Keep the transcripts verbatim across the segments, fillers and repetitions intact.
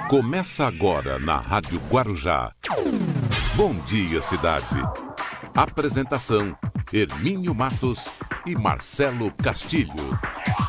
Começa agora na Rádio Guarujá. Bom dia, cidade. Apresentação: Hermínio Matos e Marcelo Castilho.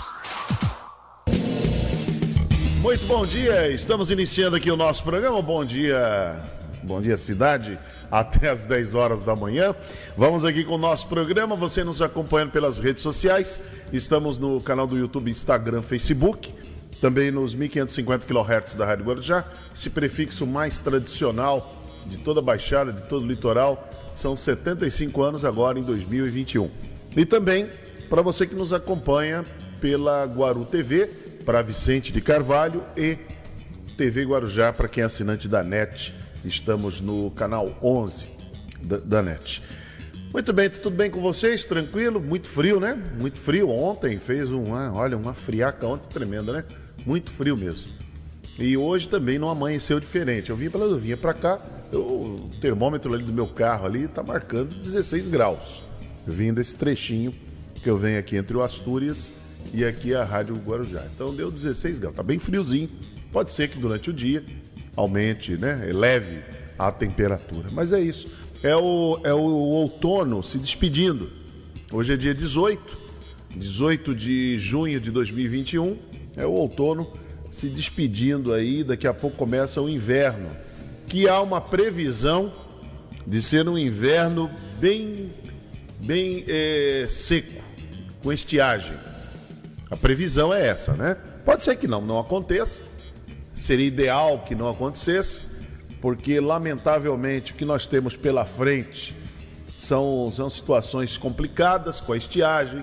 Muito bom dia, estamos iniciando aqui o nosso programa. Bom dia, bom dia, cidade, até às dez horas da manhã. Vamos aqui com o nosso programa, você nos acompanhando pelas redes sociais. Estamos no canal do YouTube, Instagram, Facebook, também nos mil quinhentos e cinquenta quilohertz da Rádio Guarujá, esse prefixo mais tradicional de toda a Baixada, de todo o litoral. São setenta e cinco anos agora em dois mil e vinte e um. E também para você que nos acompanha pela Guaru T V, para Vicente de Carvalho, e T V Guarujá para quem é assinante da NET. Estamos no canal onze da, da NET. Muito bem, tudo bem com vocês? Tranquilo? Muito frio, né? Muito frio. Ontem fez uma, olha, uma friaca ontem tremenda, né? Muito frio mesmo. E hoje também não amanheceu diferente. Eu vinha para eu vinha para cá, eu, o termômetro ali do meu carro ali tá marcando dezesseis graus. Eu vim desse trechinho que eu venho aqui entre o Astúrias e aqui a Rádio Guarujá. Então deu dezesseis graus, tá bem friozinho. Pode ser que durante o dia aumente, né? Eleve a temperatura. Mas é isso. É o, é o outono se despedindo. Hoje é dia dezoito, dezoito de junho de dois mil e vinte e um. É o outono se despedindo aí. Daqui a pouco começa o inverno, que há uma previsão de ser um inverno bem, bem é, seco, com estiagem. A previsão é essa, né? Pode ser que não, não aconteça. Seria ideal que não acontecesse, porque, lamentavelmente, o que nós temos pela frente são, são situações complicadas com a estiagem.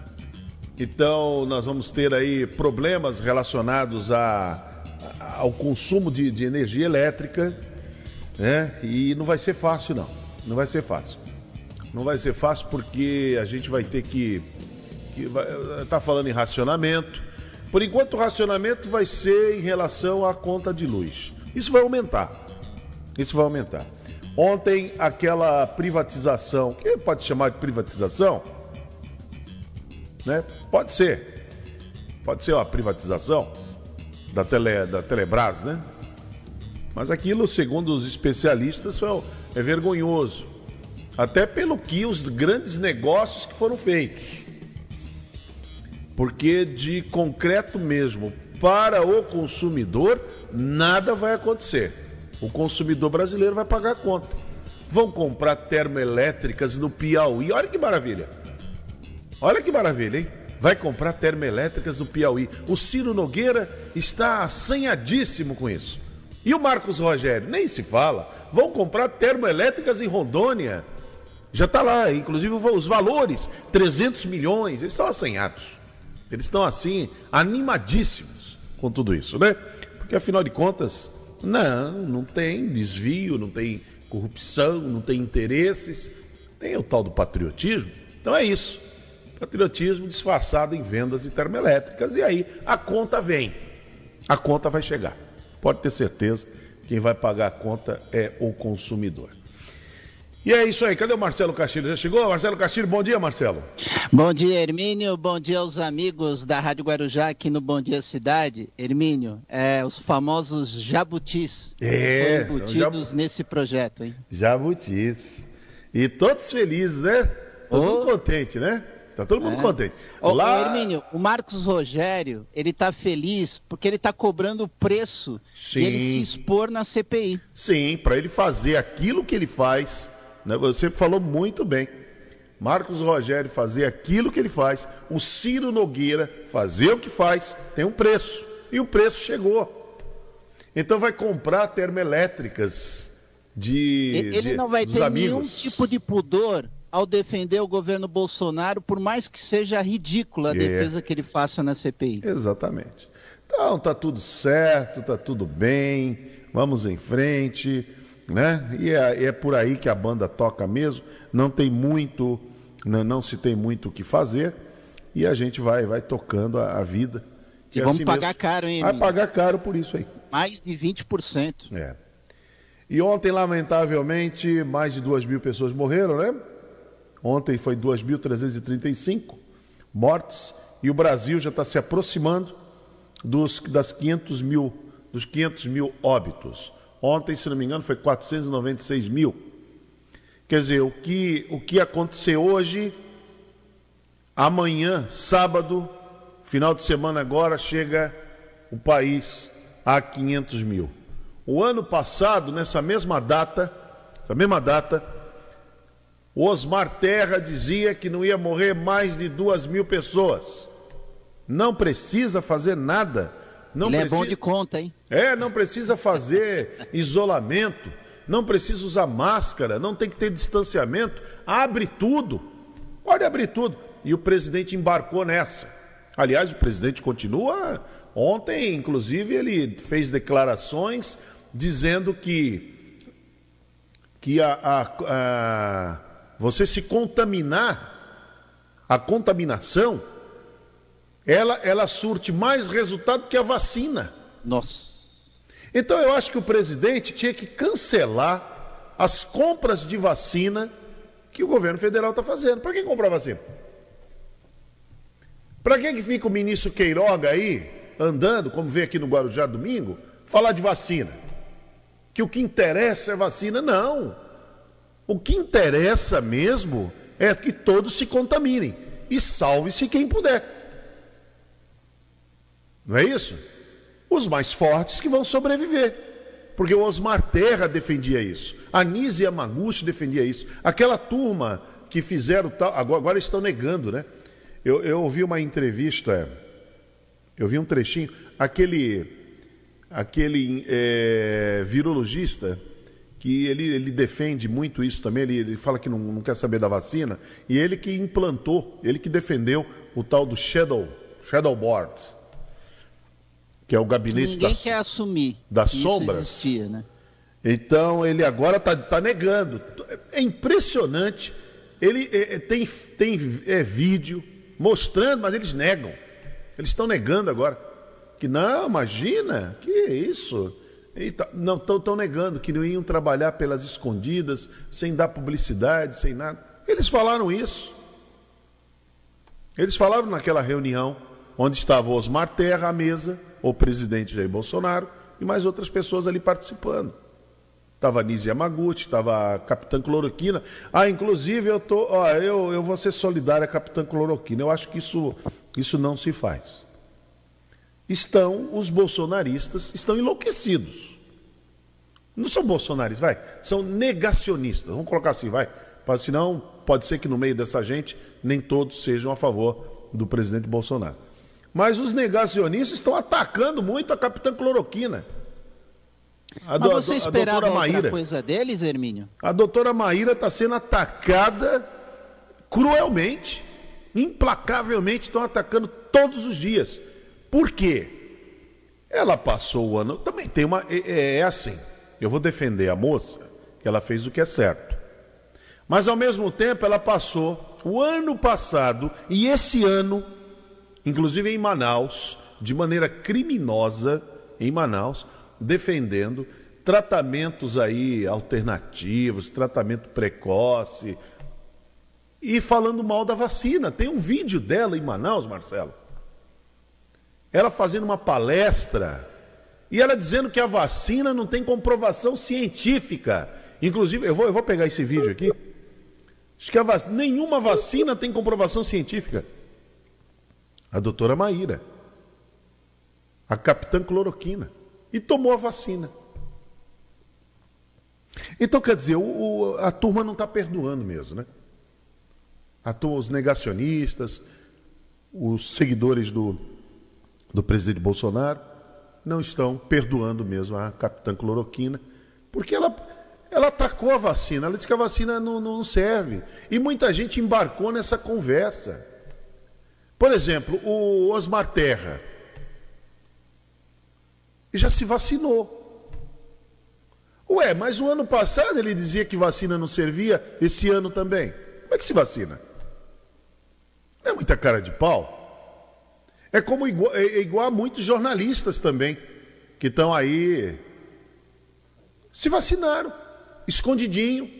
Então, nós vamos ter aí problemas relacionados a, a, ao consumo de, de energia elétrica, né? E não vai ser fácil, não. Não vai ser fácil. Não vai ser fácil porque a gente vai ter que... que vai, tá falando em racionamento. Por enquanto, o racionamento vai ser em relação à conta de luz. Isso vai aumentar. Isso vai aumentar. Ontem, aquela privatização, que pode chamar de privatização, né? Pode ser. Pode ser uma privatização da, tele, da Telebrás, né? Mas aquilo, segundo os especialistas, é vergonhoso. Até pelo que os grandes negócios que foram feitos. Porque de concreto mesmo, para o consumidor, nada vai acontecer. O consumidor brasileiro vai pagar a conta. Vão comprar termoelétricas no Piauí. Olha que maravilha. Olha que maravilha, hein? Vai comprar termoelétricas no Piauí. O Ciro Nogueira está assanhadíssimo com isso. E o Marcos Rogério? Nem se fala. Vão comprar termoelétricas em Rondônia. Já está lá, inclusive os valores, trezentos milhões. Eles estão assanhados. Eles estão assim, animadíssimos com tudo isso, né? Porque afinal de contas, não, não tem desvio, não tem corrupção, não tem interesses, tem o tal do patriotismo. Então é isso, patriotismo disfarçado em vendas de termoelétricas, e aí a conta vem, a conta vai chegar. Pode ter certeza, quem vai pagar a conta é o consumidor. E é isso aí, cadê o Marcelo Castilho? Já chegou? Marcelo Castilho, bom dia, Marcelo. Bom dia, Hermínio, bom dia aos amigos da Rádio Guarujá aqui no Bom Dia Cidade. Hermínio, é, os famosos jabutis é, foram embutidos jab... nesse projeto, hein? Jabutis. E todos felizes, né? Tá oh. todo contente, né? Tá todo mundo é. contente. Ô, Lá... Hermínio, o Marcos Rogério, ele tá feliz porque ele tá cobrando o preço Sim. de ele se expor na C P I. Sim, para ele fazer aquilo que ele faz... Você falou muito bem. Marcos Rogério fazer aquilo que ele faz, o Ciro Nogueira fazer o que faz, tem um preço. E o preço chegou. Então vai comprar termoelétricas de Ele de, não vai dos ter amigos. Nenhum tipo de pudor ao defender o governo Bolsonaro, por mais que seja ridícula a é. defesa que ele faça na C P I. Exatamente. Então tá tudo certo, tá tudo bem, vamos em frente... Né? E é, é por aí que a banda toca mesmo, não tem muito, não, não se tem muito o que fazer, e a gente vai, vai tocando a, a vida. E, e vamos assim pagar mesmo, caro, hein? Vai pagar caro por isso aí. Mais de vinte por cento. É. E ontem, lamentavelmente, mais de duas mil pessoas morreram, né? Ontem foi duas mil trezentos e trinta e cinco mortes, e o Brasil já está se aproximando dos, das quinhentos mil dos quinhentos mil óbitos. Ontem, se não me engano, foi quatrocentos e noventa e seis mil. Quer dizer, o que, o que acontecer hoje, amanhã, sábado, final de semana agora, chega o país a quinhentos mil. O ano passado, nessa mesma data, essa mesma data, o Osmar Terra dizia que não ia morrer mais de duas mil pessoas. Não precisa fazer nada. Não Ele precisa... é bom de conta, hein? É, não precisa fazer isolamento, não precisa usar máscara, não tem que ter distanciamento. Abre tudo. Pode abrir tudo. E o presidente embarcou nessa. Aliás, o presidente continua. Ontem, inclusive, ele fez declarações dizendo que, que a, a, a, você se contaminar, a contaminação, ela, ela surte mais resultado que a vacina. Nossa. Então eu acho que o presidente tinha que cancelar as compras de vacina que o governo federal está fazendo. Para quem comprar vacina? Para quem que fica o ministro Queiroga aí, andando, como veio aqui no Guarujá domingo, falar de vacina? Que o que interessa é vacina? Não. O que interessa mesmo é que todos se contaminem. E salve-se quem puder. Não é isso? Os mais fortes que vão sobreviver. Porque o Osmar Terra defendia isso. A Nise Yamaguchi defendia isso. Aquela turma que fizeram tal... Agora, agora estão negando, né? Eu, eu ouvi uma entrevista, eu vi um trechinho, aquele, aquele é, virologista, que ele, ele defende muito isso também, ele, ele fala que não, não quer saber da vacina, e ele que implantou, ele que defendeu o tal do Shadow, Shadow Board, que é o gabinete Ninguém das, quer assumir das que sombras. Isso existia, né? Então ele agora está tá negando. É impressionante. Ele é, tem, tem é, vídeo mostrando, mas eles negam. Eles estão negando agora. Que não, imagina, que isso? Tá, não, estão negando que não iam trabalhar pelas escondidas, sem dar publicidade, sem nada. Eles falaram isso. Eles falaram naquela reunião onde estava o Osmar Terra à mesa, o presidente Jair Bolsonaro e mais outras pessoas ali participando. Estava a Nise Yamaguchi, estava a Capitã Cloroquina. Ah, inclusive eu, tô, ó, eu, eu vou ser solidário à Capitã Cloroquina. Eu acho que isso, isso não se faz. Estão, os bolsonaristas estão enlouquecidos. Não são bolsonaristas, vai. São negacionistas. Vamos colocar assim, vai. Senão pode ser que no meio dessa gente nem todos sejam a favor do presidente Bolsonaro. Mas os negacionistas estão atacando muito a Capitã Cloroquina. A Mas do, você a esperava doutora outra Maíra, coisa deles, Hermínio? a doutora Maíra está sendo atacada cruelmente, implacavelmente, estão atacando todos os dias. Por quê? Ela passou o ano... Também tem uma... É, é assim, eu vou defender a moça, que ela fez o que é certo. Mas, ao mesmo tempo, ela passou o ano passado e esse ano, inclusive em Manaus, de maneira criminosa, em Manaus, defendendo tratamentos aí alternativos, tratamento precoce e falando mal da vacina. Tem um vídeo dela em Manaus, Marcelo. Ela fazendo uma palestra e ela dizendo que a vacina não tem comprovação científica. Inclusive, eu vou, eu vou pegar esse vídeo aqui. Acho que a vac... nenhuma vacina tem comprovação científica. A doutora Maíra, a Capitã Cloroquina, e tomou a vacina. Então, quer dizer, o, o, a turma não está perdoando mesmo, né? A turma, os negacionistas, os seguidores do, do presidente Bolsonaro, não estão perdoando mesmo a Capitã Cloroquina, porque ela, ela atacou a vacina, ela disse que a vacina não, não serve. E muita gente embarcou nessa conversa. Por exemplo, o Osmar Terra, e já se vacinou. Ué, mas o ano passado ele dizia que vacina não servia, esse ano também. Como é que se vacina? Não é muita cara de pau? É como igual, é igual a muitos jornalistas também, que estão aí, se vacinaram, escondidinho.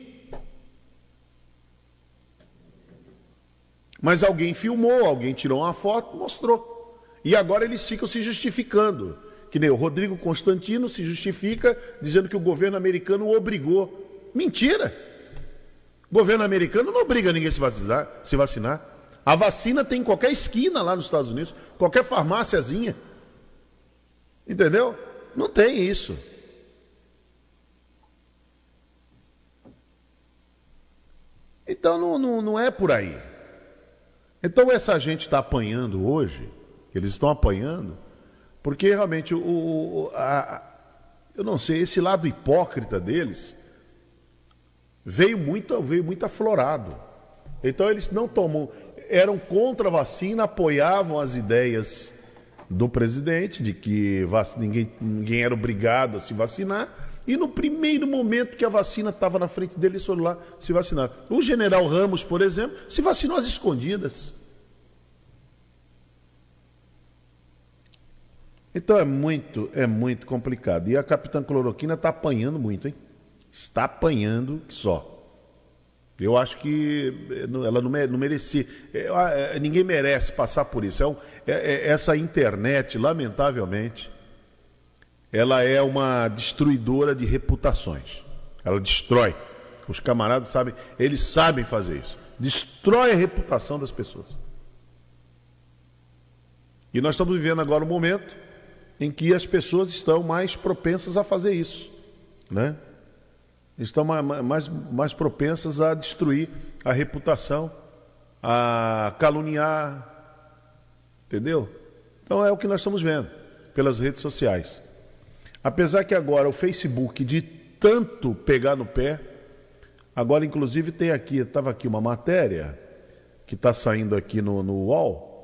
Mas alguém filmou, alguém tirou uma foto, mostrou. E agora eles ficam se justificando. Que nem o Rodrigo Constantino se justifica dizendo que o governo americano o obrigou. Mentira! O governo americano não obriga ninguém a se vacinar, se vacinar. A vacina tem em qualquer esquina lá nos Estados Unidos, qualquer farmáciazinha. Entendeu? Não tem isso. Então não, não, não é por aí. Então essa gente está apanhando hoje, eles estão apanhando, porque realmente o, o a, eu não sei, esse lado hipócrita deles veio muito, veio muito aflorado. Então eles não tomam, eram contra a vacina, apoiavam as ideias do presidente de que vac, ninguém, ninguém era obrigado a se vacinar. E no primeiro momento que a vacina estava na frente dele, eles foram lá se vacinar. O general Ramos, por exemplo, se vacinou às escondidas. Então é muito, é muito complicado. E a capitã Cloroquina está apanhando muito, hein? Está apanhando só. Eu acho que ela não merecia. Ninguém merece passar por isso. É um, é, é, essa internet, lamentavelmente, ela é uma destruidora de reputações. Ela destrói. Os camaradas sabem, eles sabem fazer isso. Destrói a reputação das pessoas. E nós estamos vivendo agora um momento em que as pessoas estão mais propensas a fazer isso, né? Estão mais, mais propensas a destruir a reputação, a caluniar, entendeu? Então é o que nós estamos vendo pelas redes sociais. Apesar que agora o Facebook, de tanto pegar no pé, agora inclusive tem aqui, estava aqui uma matéria que está saindo aqui no, no U O L,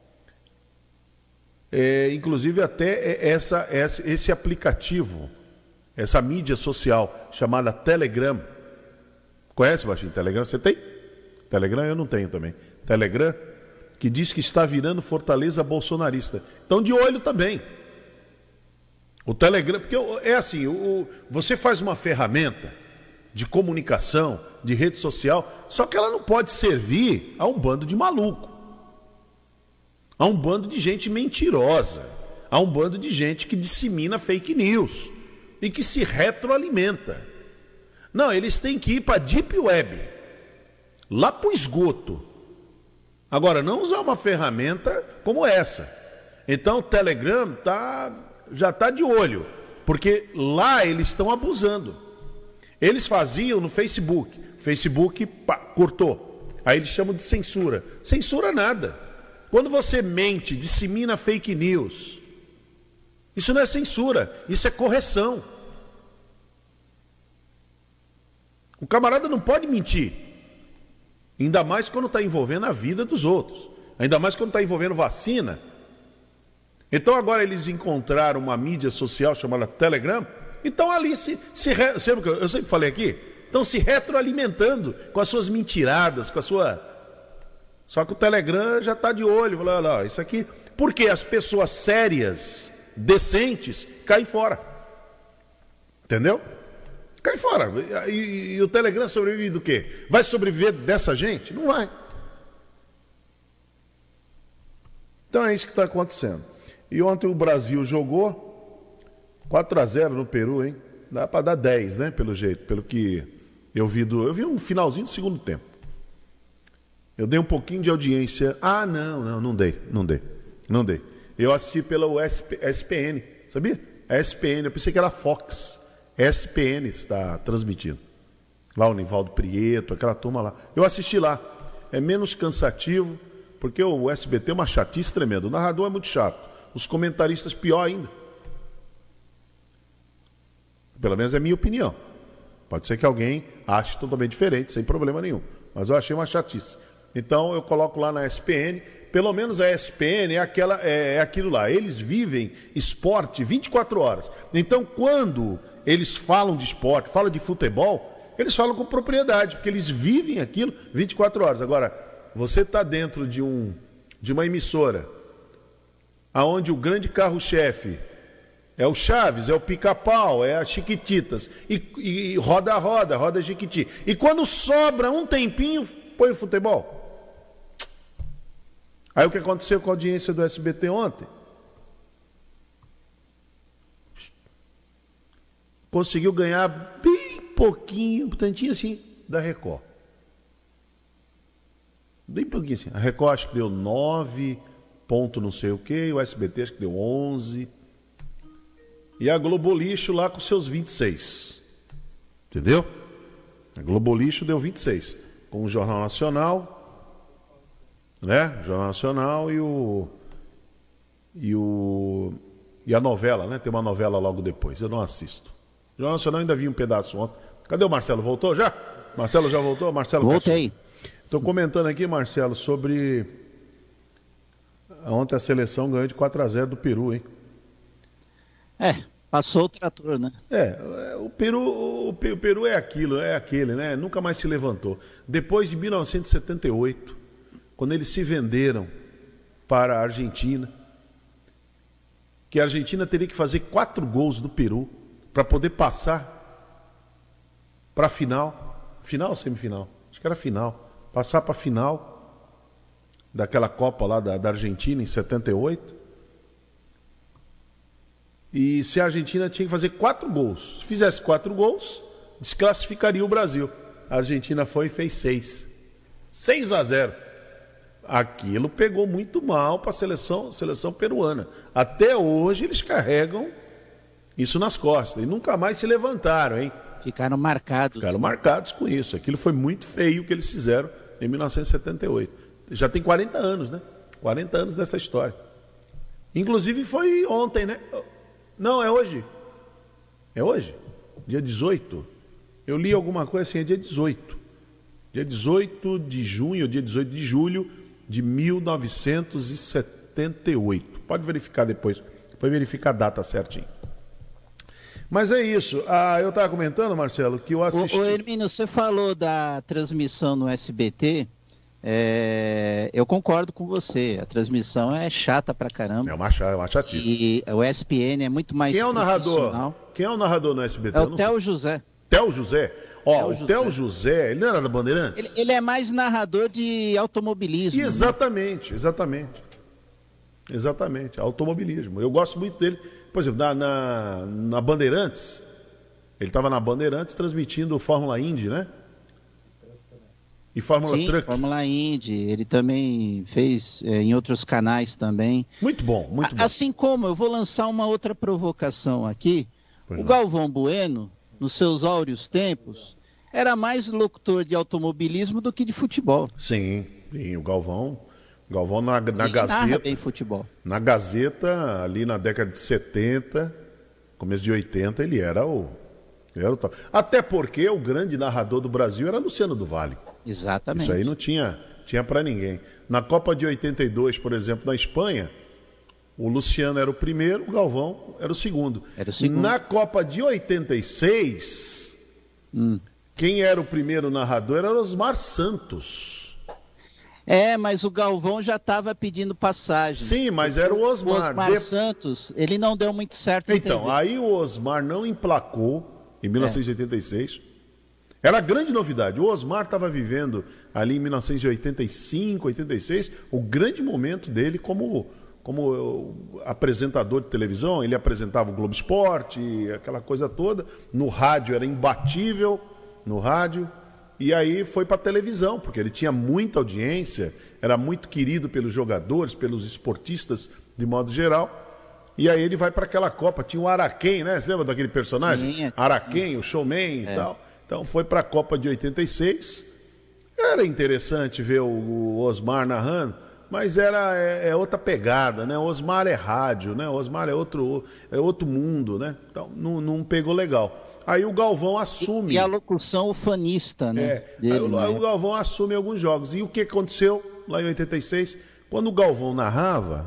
é, inclusive até essa, essa, esse aplicativo, essa mídia social chamada Telegram. Conhece, Baixinho, Telegram? Você tem? Telegram eu não tenho também. Telegram, que diz que está virando fortaleza bolsonarista. Então de olho também. O Telegram, porque é assim, o, você faz uma ferramenta de comunicação, de rede social, só que ela não pode servir a um bando de maluco, a um bando de gente mentirosa, a um bando de gente que dissemina fake news e que se retroalimenta. Não, eles têm que ir para a Deep Web, lá para o esgoto. Agora, não usar uma ferramenta como essa. Então o Telegram tá... já está de olho, porque lá eles estão abusando. Eles faziam no Facebook, Facebook pá, cortou, aí eles chamam de censura. Censura nada. Quando você mente, dissemina fake news, isso não é censura, isso é correção. O camarada não pode mentir, ainda mais quando está envolvendo a vida dos outros, ainda mais quando está envolvendo vacina. Então agora eles encontraram uma mídia social chamada Telegram, então ali se, se re... eu sempre falei aqui, estão se retroalimentando com as suas mentiradas, com a sua... Só que o Telegram já está de olho, olha lá, isso aqui... Porque as pessoas sérias, decentes, caem fora. Entendeu? Cai fora. E, e, e o Telegram sobrevive do quê? Vai sobreviver dessa gente? Não vai. Então é isso que está acontecendo. E ontem o Brasil jogou quatro a zero no Peru, hein? Dá para dar dez, né? Pelo jeito, pelo que eu vi do... Eu vi um finalzinho do segundo tempo. Eu dei um pouquinho de audiência. Ah, não, não, não dei, não dei, não dei. Eu assisti pela S P N, sabia? S P N, eu pensei que era Fox. S P N está transmitindo. Lá o Nivaldo Prieto, aquela turma lá. Eu assisti lá. É menos cansativo, porque o S B T é uma chatice tremenda. O narrador é muito chato. Os comentaristas, pior ainda. Pelo menos é a minha opinião. Pode ser que alguém ache totalmente diferente, sem problema nenhum. Mas eu achei uma chatice. Então eu coloco lá na S P N. Pelo menos a S P N é, aquela, é, é aquilo lá. Eles vivem esporte vinte e quatro horas. Então quando eles falam de esporte, falam de futebol, eles falam com propriedade, porque eles vivem aquilo vinte e quatro horas. Agora, você está dentro de, um, de uma emissora aonde o grande carro-chefe é o Chaves, é o Pica-Pau, é a Chiquititas, e, e roda a roda, roda a Chiquiti. E quando sobra um tempinho, põe o futebol. Aí o que aconteceu com a audiência do S B T ontem? conseguiu ganhar bem pouquinho, um tantinho assim, da Record. Bem pouquinho assim. A Record acho que deu nove ponto não sei o que, o S B T acho que deu onze. E a Globo Lixo lá com seus vinte e seis. Entendeu? A Globo Lixo deu vinte e seis. Com o Jornal Nacional, né? O Jornal Nacional e o... E o... E a novela, né? Tem uma novela logo depois. Eu não assisto. O Jornal Nacional ainda vi um pedaço ontem. Cadê o Marcelo? Voltou já? Marcelo já voltou? Marcelo Voltei. Estou comentando aqui, Marcelo, sobre... Ontem a seleção ganhou de quatro a zero do Peru, hein? É, passou o trator, né? É, o Peru, o Peru é aquilo, é aquele, né? Nunca mais se levantou. Depois de mil novecentos e setenta e oito, quando eles se venderam para a Argentina, que a Argentina teria que fazer quatro gols do Peru para poder passar para a final. Final ou semifinal? Acho que era final. Passar para a final daquela Copa lá da, da Argentina em setenta e oito. E se a Argentina tinha que fazer quatro gols. Se fizesse quatro gols, desclassificaria o Brasil. A Argentina foi e fez seis. seis a zero. Aquilo pegou muito mal para a seleção, seleção peruana. Até hoje eles carregam isso nas costas. E nunca mais se levantaram, hein? Ficaram marcados. Ficaram marcados com isso. Aquilo foi muito feio o que eles fizeram em mil novecentos e setenta e oito. Já tem quarenta anos, né? quarenta anos dessa história. Inclusive foi ontem, né? Não, é hoje. É hoje? Dia dezoito. Eu li alguma coisa assim, é dia dezoito. Dia dezoito de junho, dia dezoito de julho de mil novecentos e setenta e oito. Pode verificar depois. Depois verificar a data certinho. Mas é isso. Ah, eu estava comentando, Marcelo, que eu assisti... Ô, ô Hermínio, você falou da transmissão no S B T. É, eu concordo com você. A transmissão é chata pra caramba. É uma, é uma chatice. E o E S P N é muito mais Quem é o narrador? Quem é o narrador no S B T? É o Theo José. Theo José? Ó, Theo o Theo José, ele não era da Bandeirantes? Ele, ele é mais narrador de automobilismo. Exatamente, né? exatamente. Exatamente, automobilismo. Eu gosto muito dele. Por exemplo, na, na, na Bandeirantes, ele estava na Bandeirantes transmitindo Fórmula Indy, né? E Fórmula Sim, Truck. Fórmula Indy, ele também fez é, em outros canais também. Muito bom, muito A, bom. Assim como eu vou lançar uma outra provocação aqui, Pois o não. Galvão Bueno, nos seus áureos tempos, era mais locutor de automobilismo do que de futebol. Sim, sim, o Galvão, o Galvão na, na Ele narra Gazeta, bem futebol. na Gazeta, ali na década de setenta, começo de oitenta, ele era o, ele era o top. Até porque o grande narrador do Brasil era Luciano do Vale. Exatamente. Isso aí não tinha, tinha para ninguém. Na Copa de oitenta e dois, por exemplo, na Espanha, o Luciano era o primeiro, o Galvão era o segundo. Era o segundo. Na Copa de oitenta e seis, Hum. quem era o primeiro narrador era Osmar Santos. É, mas o Galvão já estava pedindo passagem. Sim, mas era o O Osmar. Osmar De- Santos, ele não deu muito certo em Então, T V. aí o Osmar não emplacou em mil novecentos e oitenta e seis. Era grande novidade. O Osmar estava vivendo ali em mil novecentos e oitenta e cinco, oitenta e seis, o grande momento dele como, como apresentador de televisão. Ele apresentava o Globo Esporte, aquela coisa toda. No rádio era imbatível, no rádio. E aí foi para a televisão, porque ele tinha muita audiência, era muito querido pelos jogadores, pelos esportistas de modo geral. E aí ele vai para aquela Copa. Tinha o Araquém, né? Você lembra daquele personagem? Sim, é. Araquém, o showman e tal. Então foi para a Copa de oitenta e seis. Era interessante ver o, o Osmar narrando, mas era é, é outra pegada, né? O Osmar é rádio, né? O Osmar é outro, é outro mundo, né? Então não, não pegou legal. Aí o Galvão assume. E a locução ufanista, né? É, dele, aí o, né? o Galvão assume alguns jogos. E o que aconteceu lá em oitenta e seis? Quando o Galvão narrava,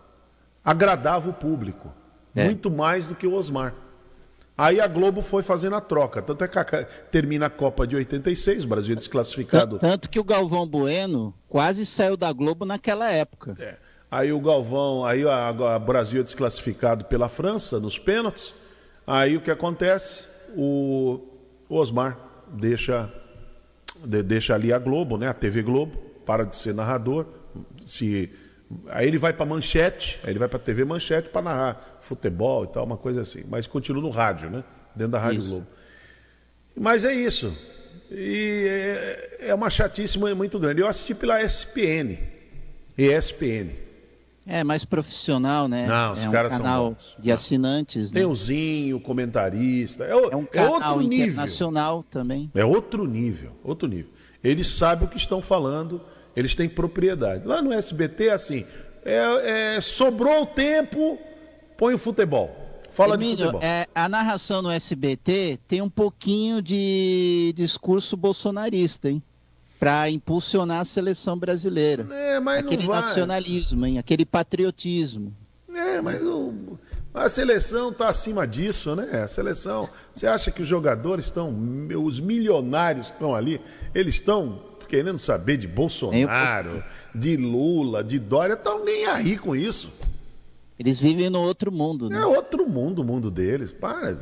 agradava o público. É. Muito mais do que o Osmar. Aí a Globo foi fazendo a troca. Tanto é que a- termina a Copa de oitenta e seis, o Brasil é desclassificado. Tanto que o Galvão Bueno quase saiu da Globo naquela época. É. Aí o Galvão, aí a, a Brasil é desclassificado pela França nos pênaltis. Aí o que acontece? O, o Osmar deixa, de- deixa ali a Globo, né? A T V Globo, para de ser narrador, se Aí ele vai para Manchete, aí ele vai para T V Manchete para narrar futebol e tal, uma coisa assim. Mas continua no rádio, né? Dentro da Rádio isso. Globo. Mas é isso. E é, é uma chatice muito grande. Eu assisti pela E S P N. E S P N. É mais profissional, né? Não, os é um caras canal são bons. de assinantes. Tem né? o Zinho, o comentarista. É, o, é um é canal outro nível. internacional também. É outro nível, outro nível. Eles sabem o que estão falando, eles têm propriedade. Lá no S B T, assim, é, é, sobrou o tempo, põe o futebol. Fala Emílio, de futebol. É, a narração no S B T tem um pouquinho de discurso bolsonarista, hein? Para impulsionar a seleção brasileira. É, mas aquele não vai. nacionalismo, hein? Aquele patriotismo. É, mas o, a seleção está acima disso, né? A seleção. Você acha que os jogadores estão, os milionários que estão ali, eles estão querendo saber de Bolsonaro, de Lula, de Dória, estão nem aí com isso. Eles vivem no outro mundo, né? É outro mundo, o mundo deles. Para.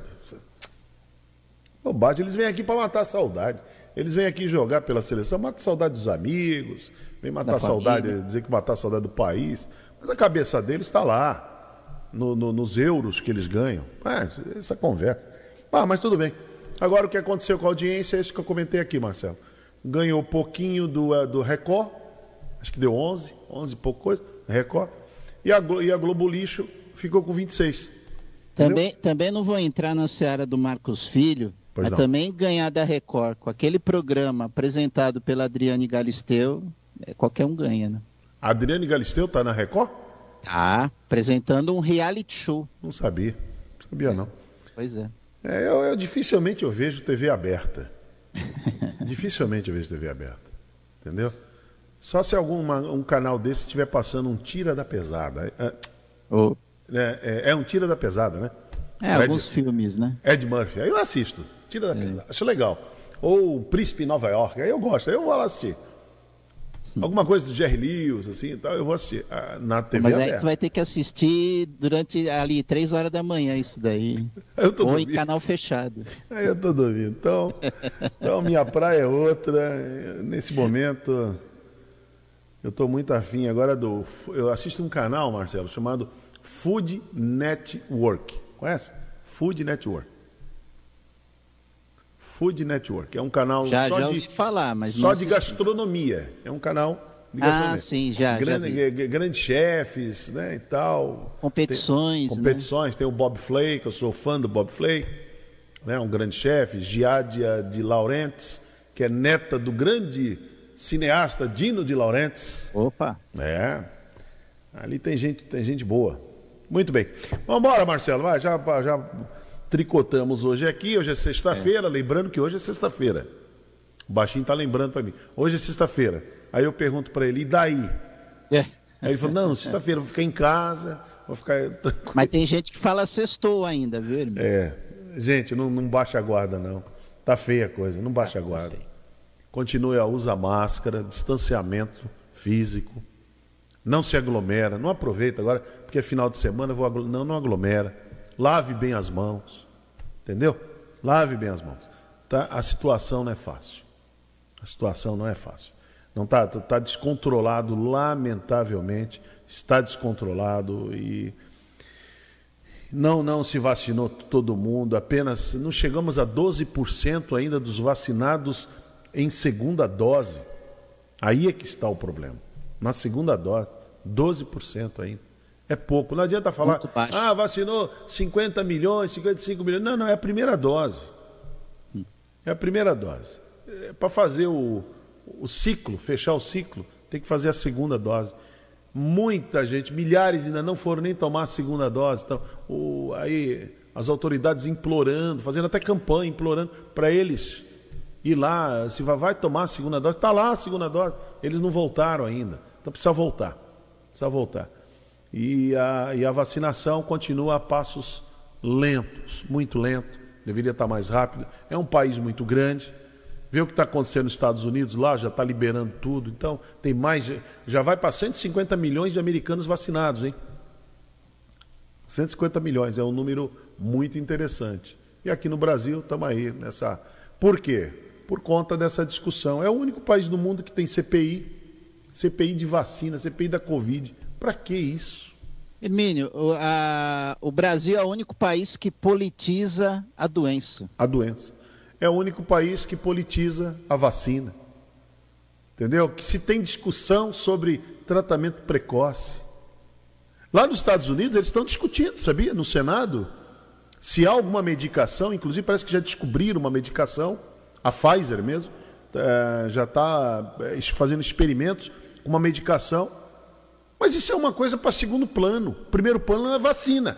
Bobagem. Eles vêm aqui para matar a saudade. Eles vêm aqui jogar pela seleção, mata a saudade dos amigos, vem matar a saudade, dizer que matar a saudade do país. Mas a cabeça deles está lá, no, no, nos euros que eles ganham. Ah, essa conversa. Ah, mas tudo bem. Agora o que aconteceu com a audiência é isso que eu comentei aqui, Marcelo. Ganhou pouquinho do, do Record, acho que deu onze, onze e pouco coisa, Record. E a, e a Globo Lixo ficou com vinte e seis. Também, também não vou entrar na seara do Marcos Filho, pois mas não. também ganhar da Record com aquele programa apresentado pela Adriane Galisteu, é, qualquer um ganha, né? A Adriane Galisteu tá na Record? Tá, apresentando um reality show. Não sabia, não sabia não. Pois é. É, eu, eu dificilmente eu vejo T V aberta. Dificilmente eu vejo T V aberta. Entendeu? Só se algum um canal desse estiver passando um Tira da Pesada. É, oh. é, é, é um Tira da Pesada, né? É, Ed, alguns filmes, né? Ed Murphy. Aí eu assisto. Tira da é. Pesada. Acho legal. Ou o Príncipe em Nova York. Aí eu gosto. Aí eu vou lá assistir. Alguma coisa do Jerry Lewis, assim, então eu vou assistir na T V Mas aberta. aí tu vai ter que assistir durante ali três horas da manhã isso daí. Eu tô Ou dormindo. em canal fechado. Aí eu tô dormindo. Então, então minha praia é outra. Nesse momento, eu tô muito afim agora do... Eu assisto um canal, Marcelo, chamado Food Network. Conhece? Food Network. Food Network. É um canal já, só já de... ouvi falar, mas só não de assisti. gastronomia. É um canal de gastronomia. Ah, sim, já, Grande, já vi. Grandes chefes, né, e tal. Competições, tem, competições. Né? Tem o Bob Flay, que eu sou fã do Bob Flay, né, um grande chefe. Giadia de Laurentiis, que é neta do grande cineasta Dino de Laurentiis. Opa! É. Ali tem gente, tem gente boa. Muito bem. Vamos embora, Marcelo. Vai, já, já tricotamos hoje aqui. Hoje é sexta-feira. É. Lembrando que hoje é sexta-feira. O baixinho tá lembrando para mim. Hoje é sexta-feira. Aí eu pergunto para ele, e daí? É. Aí ele falou, não, sexta-feira eu vou ficar em casa, vou ficar tranquilo. Mas tem gente que fala sextou ainda, viu, irmão? É. Gente, não, não baixa a guarda, não. Tá feia a coisa, não baixa a guarda. Continue a usar máscara, distanciamento físico. Não se aglomera, não aproveita agora, porque é final de semana, eu vou agl... não, não aglomera. Lave bem as mãos, entendeu? Lave bem as mãos. Tá? A situação não é fácil. A situação não é fácil. Não tá, tá descontrolado, lamentavelmente, está descontrolado e não, não se vacinou todo mundo, apenas, não chegamos a doze por cento ainda dos vacinados em segunda dose. Aí é que está o problema. Na segunda dose, doze por cento ainda. É pouco. Não adianta falar, ah, vacinou cinquenta milhões, cinquenta e cinco milhões. Não, não, é a primeira dose. É a primeira dose. É para fazer o, o ciclo, fechar o ciclo, tem que fazer a segunda dose. Muita gente, milhares ainda não foram nem tomar a segunda dose. Então, o, aí as autoridades implorando, fazendo até campanha, implorando para eles ir lá, se vai, vai tomar a segunda dose, está lá a segunda dose. Eles não voltaram ainda. Então precisa voltar. Precisa voltar. E a, e a vacinação continua a passos lentos, muito lento. Deveria estar mais rápido. É um país muito grande. Vê o que está acontecendo nos Estados Unidos lá, já está liberando tudo. Então, tem mais. Já vai para cento e cinquenta milhões de americanos vacinados, hein? cento e cinquenta milhões, é um número muito interessante. E aqui no Brasil, estamos aí nessa. Por quê? Por conta dessa discussão. É o único país do mundo que tem C P I, C P I de vacina, C P I da Covid. Para que isso? Hermínio, o, a, o Brasil é o único país que politiza a doença. A doença. É o único país que politiza a vacina. Entendeu? Que se tem discussão sobre tratamento precoce. Lá nos Estados Unidos eles estão discutindo, sabia? No Senado, se há alguma medicação, inclusive parece que já descobriram uma medicação, a Pfizer mesmo, é, já está fazendo experimentos com uma medicação. Mas isso é uma coisa para segundo plano. Primeiro plano é a vacina.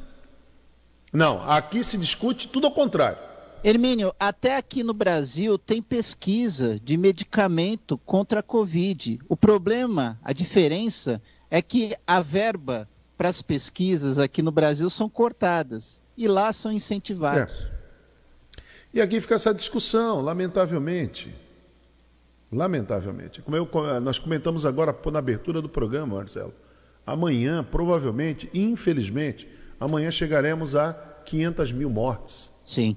Não, aqui se discute tudo ao contrário. Hermínio, até aqui no Brasil tem pesquisa de medicamento contra a Covid. O problema, a diferença, é que a verba para as pesquisas aqui no Brasil são cortadas e lá são incentivados. É. E aqui fica essa discussão, lamentavelmente. Lamentavelmente. Como eu, nós comentamos agora na abertura do programa, Marcelo. Amanhã, provavelmente, infelizmente, amanhã chegaremos a quinhentas mil mortes. Sim.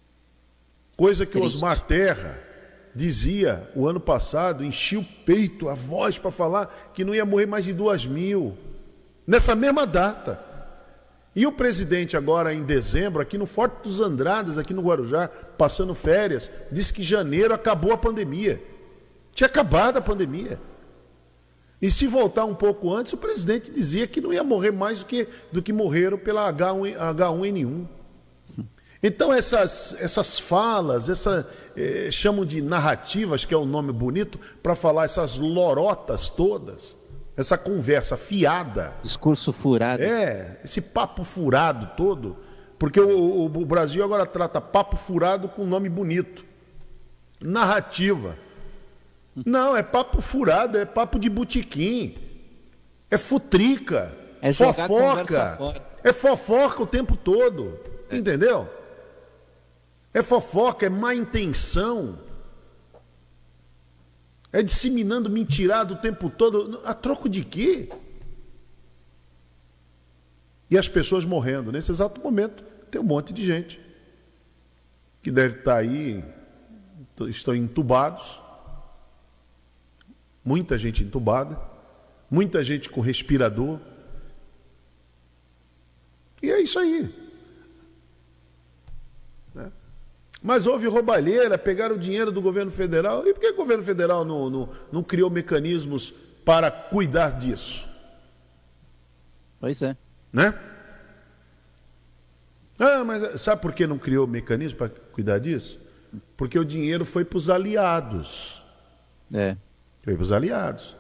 Coisa que Triste. Osmar Terra dizia o ano passado, enchia o peito, a voz para falar que não ia morrer mais de duas mil. Nessa mesma data. E o presidente agora em dezembro, aqui no Forte dos Andradas, aqui no Guarujá, passando férias, disse que janeiro acabou a pandemia. Tinha acabado a pandemia. E se voltar um pouco antes, o presidente dizia que não ia morrer mais do que, do que morreram pela H um N um. Então essas, essas falas, essa, eh, chamam de narrativas, que é um nome bonito, para falar essas lorotas todas, essa conversa fiada. Discurso furado. É, esse papo furado todo, porque o, o, o Brasil agora trata papo furado com nome bonito. Narrativa. Não, é papo furado, é papo de botequim, é futrica, é fofoca, é fofoca o tempo todo, é. Entendeu? É fofoca, é má intenção, é disseminando mentirada o tempo todo, a troco de quê? E as pessoas morrendo, nesse exato momento, tem um monte de gente que deve estar aí, estão entubados, muita gente entubada, muita gente com respirador. E é isso aí. Né? Mas houve roubalheira, pegaram o dinheiro do governo federal. E por que o governo federal não, não, não criou mecanismos para cuidar disso? Pois é. Né? Ah, mas sabe por que não criou mecanismo para cuidar disso? Porque o dinheiro foi para os aliados. É. Foi para os aliados.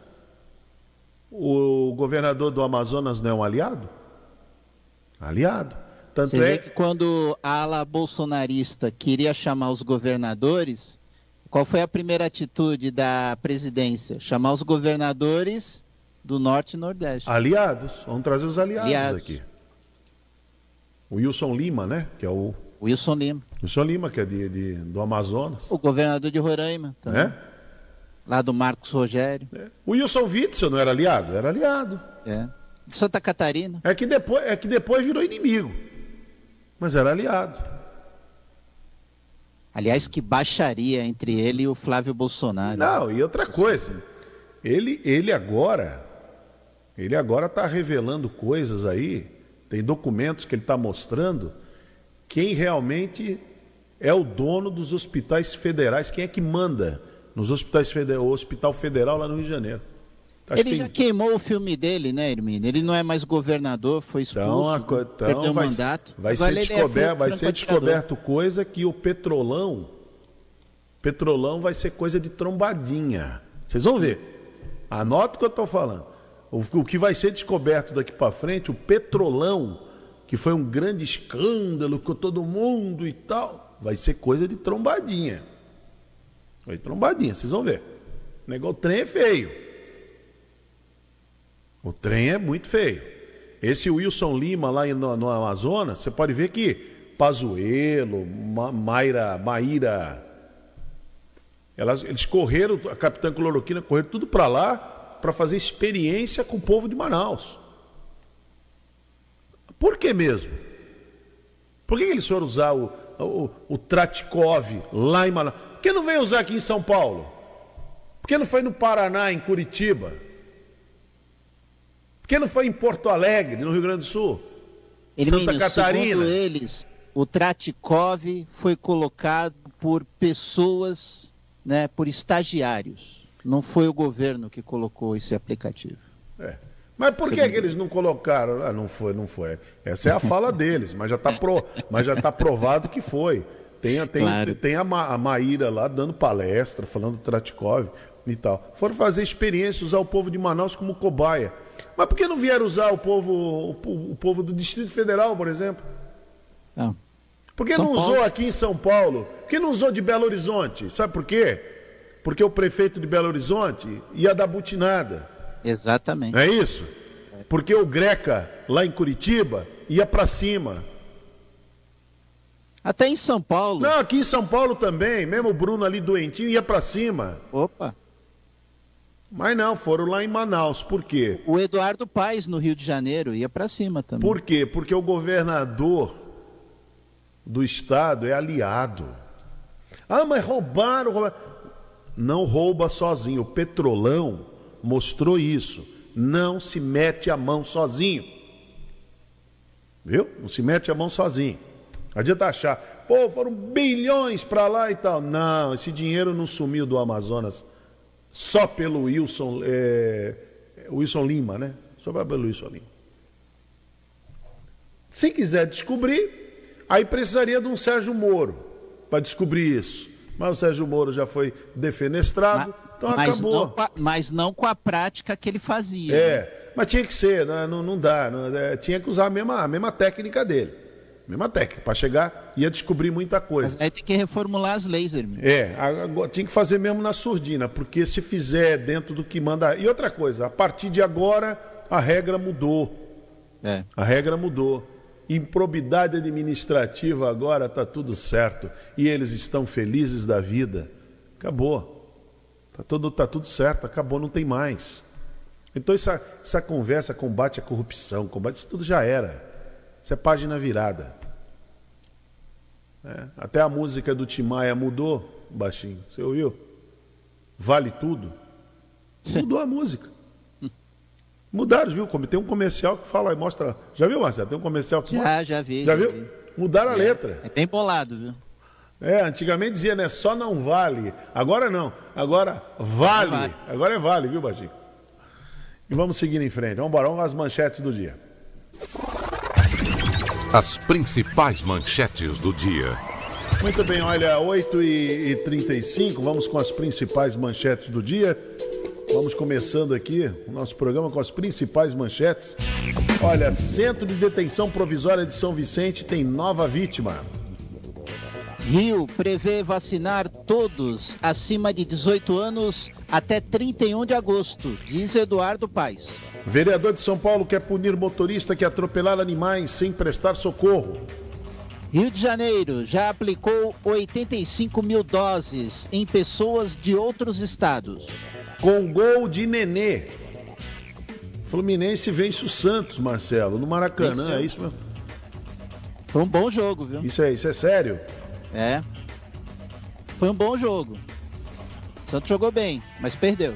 O governador do Amazonas não é um aliado? Aliado. Tanto Você é vê que quando a ala bolsonarista queria chamar os governadores, qual foi a primeira atitude da presidência? Chamar os governadores do Norte e Nordeste. Aliados. Vamos trazer os aliados, aliados. aqui. O Wilson Lima, né? Que é o... Wilson Lima. Wilson Lima, que é de, de, do Amazonas. O governador de Roraima também. É? Lá do Marcos Rogério. É. O Wilson Witzel não era aliado? Era aliado. É. De Santa Catarina. É que depois, é que depois virou inimigo. Mas era aliado. Aliás, que baixaria entre ele e o Flávio Bolsonaro. Não, e outra coisa. Ele, ele agora, ele agora está revelando coisas aí, tem documentos que ele está mostrando, quem realmente é o dono dos hospitais federais, quem é que manda nos hospitais federais, o Hospital Federal lá no Rio de Janeiro. Acho ele já tem... queimou o filme dele, né, Hermínio? Ele não é mais governador, foi expulso, então, então perdeu o vai, mandato. Vai ser, descoberto, vai ser descoberto coisa que o Petrolão, Petrolão vai ser coisa de trombadinha. Vocês vão ver. Anota o que eu estou falando. O, o que vai ser descoberto daqui para frente, o Petrolão, que foi um grande escândalo com todo mundo e tal, vai ser coisa de trombadinha. Vai trombadinha, vocês vão ver. O negócio, o trem é feio. O trem é muito feio. Esse Wilson Lima lá no, no Amazonas, você pode ver que Pazuello, Ma, Mayra, Maíra, elas, eles correram, a Capitã Cloroquina correram tudo para lá para fazer experiência com o povo de Manaus. Por que mesmo? Por que eles foram usar o, o, o Tratikov lá em Manaus? Por que não veio usar aqui em São Paulo? Por que não foi no Paraná, em Curitiba? Por Por que não foi em Porto Alegre, no Rio Grande do Sul? Hermínio, Santa Catarina. Segundo eles, o Tratikov foi colocado por pessoas, né, por estagiários. Não foi o governo que colocou esse aplicativo. É. Mas por que, que eles não colocaram? Ah, não foi, não foi. Essa é a fala deles, mas já está pro, mas já tá provado que foi. Tem, tem, claro. tem a, Ma, a Maíra lá dando palestra, falando do Tratikov e tal. Foram fazer experiência, usar o povo de Manaus como cobaia. Mas por que não vieram usar o povo, o, o povo do Distrito Federal, por exemplo? Não. Por que São não Paulo. usou aqui em São Paulo? Por que não usou de Belo Horizonte? Sabe por quê? Porque o prefeito de Belo Horizonte ia dar butinada. Exatamente. Não é isso? Porque o Greca, lá em Curitiba, ia para cima. Até em São Paulo. Não, aqui em São Paulo também. Mesmo o Bruno ali doentinho ia para cima. Opa. Mas não, foram lá em Manaus. Por quê? O Eduardo Paes, no Rio de Janeiro, ia para cima também. Por quê? Porque o governador do estado é aliado. Ah, mas roubaram, roubaram. Não rouba sozinho. O Petrolão mostrou isso. Não se mete a mão sozinho. Viu? Não se mete a mão sozinho. Não adianta achar, pô, foram bilhões para lá e tal. Não, esse dinheiro não sumiu do Amazonas só pelo Wilson, é, Wilson Lima, né? Só pelo Wilson Lima. Se quiser descobrir, aí precisaria de um Sérgio Moro para descobrir isso. Mas o Sérgio Moro já foi defenestrado, mas, então mas acabou. Não a, mas não com a prática que ele fazia. É, né? Mas tinha que ser, não, não, não dá. Não, é, tinha que usar a mesma, a mesma técnica dele. Mesma técnica. Para chegar, ia descobrir muita coisa. Mas aí tem que reformular as leis, Hermínio. É, agora, tinha que fazer mesmo na surdina, porque se fizer dentro do que manda... E outra coisa, a partir de agora, a regra mudou. É. A regra mudou. Improbidade administrativa agora está tudo certo. E eles estão felizes da vida. Acabou. Está tudo, tá tudo certo, acabou, não tem mais. Então essa, essa conversa, combate à corrupção, combate, isso tudo já era. Isso é página virada. É, até a música do Tim Maia mudou, baixinho. Você ouviu? Vale tudo. Mudou a música. Mudaram, viu? Tem um comercial que fala e mostra. Já viu, Marcelo? Tem um comercial que já, mostra. Já, vi. Já, já viu? Vi. Mudaram é, a letra. É bem bolado, viu? É, antigamente dizia, né? Só não vale. Agora não. Agora vale. vale. Agora é vale, viu, baixinho? E vamos seguir em frente. Vamos embora, vamos às manchetes do dia. As principais manchetes do dia. Muito bem, olha, oito e trinta e cinco, vamos com as principais manchetes do dia. Vamos começando aqui o nosso programa com as principais manchetes. Olha, Centro de Detenção Provisória de São Vicente tem nova vítima. Rio prevê vacinar todos acima de dezoito anos até trinta e um de agosto, diz Eduardo Paes. Vereador de São Paulo quer punir motorista que atropelar animais sem prestar socorro. Rio de Janeiro já aplicou oitenta e cinco mil doses em pessoas de outros estados. Com gol de Nenê, Fluminense vence o Santos, Marcelo, no Maracanã, Venceu. É isso mesmo? Foi um bom jogo, viu? Isso é, isso é sério? É. Foi um bom jogo. O Santos jogou bem, mas perdeu.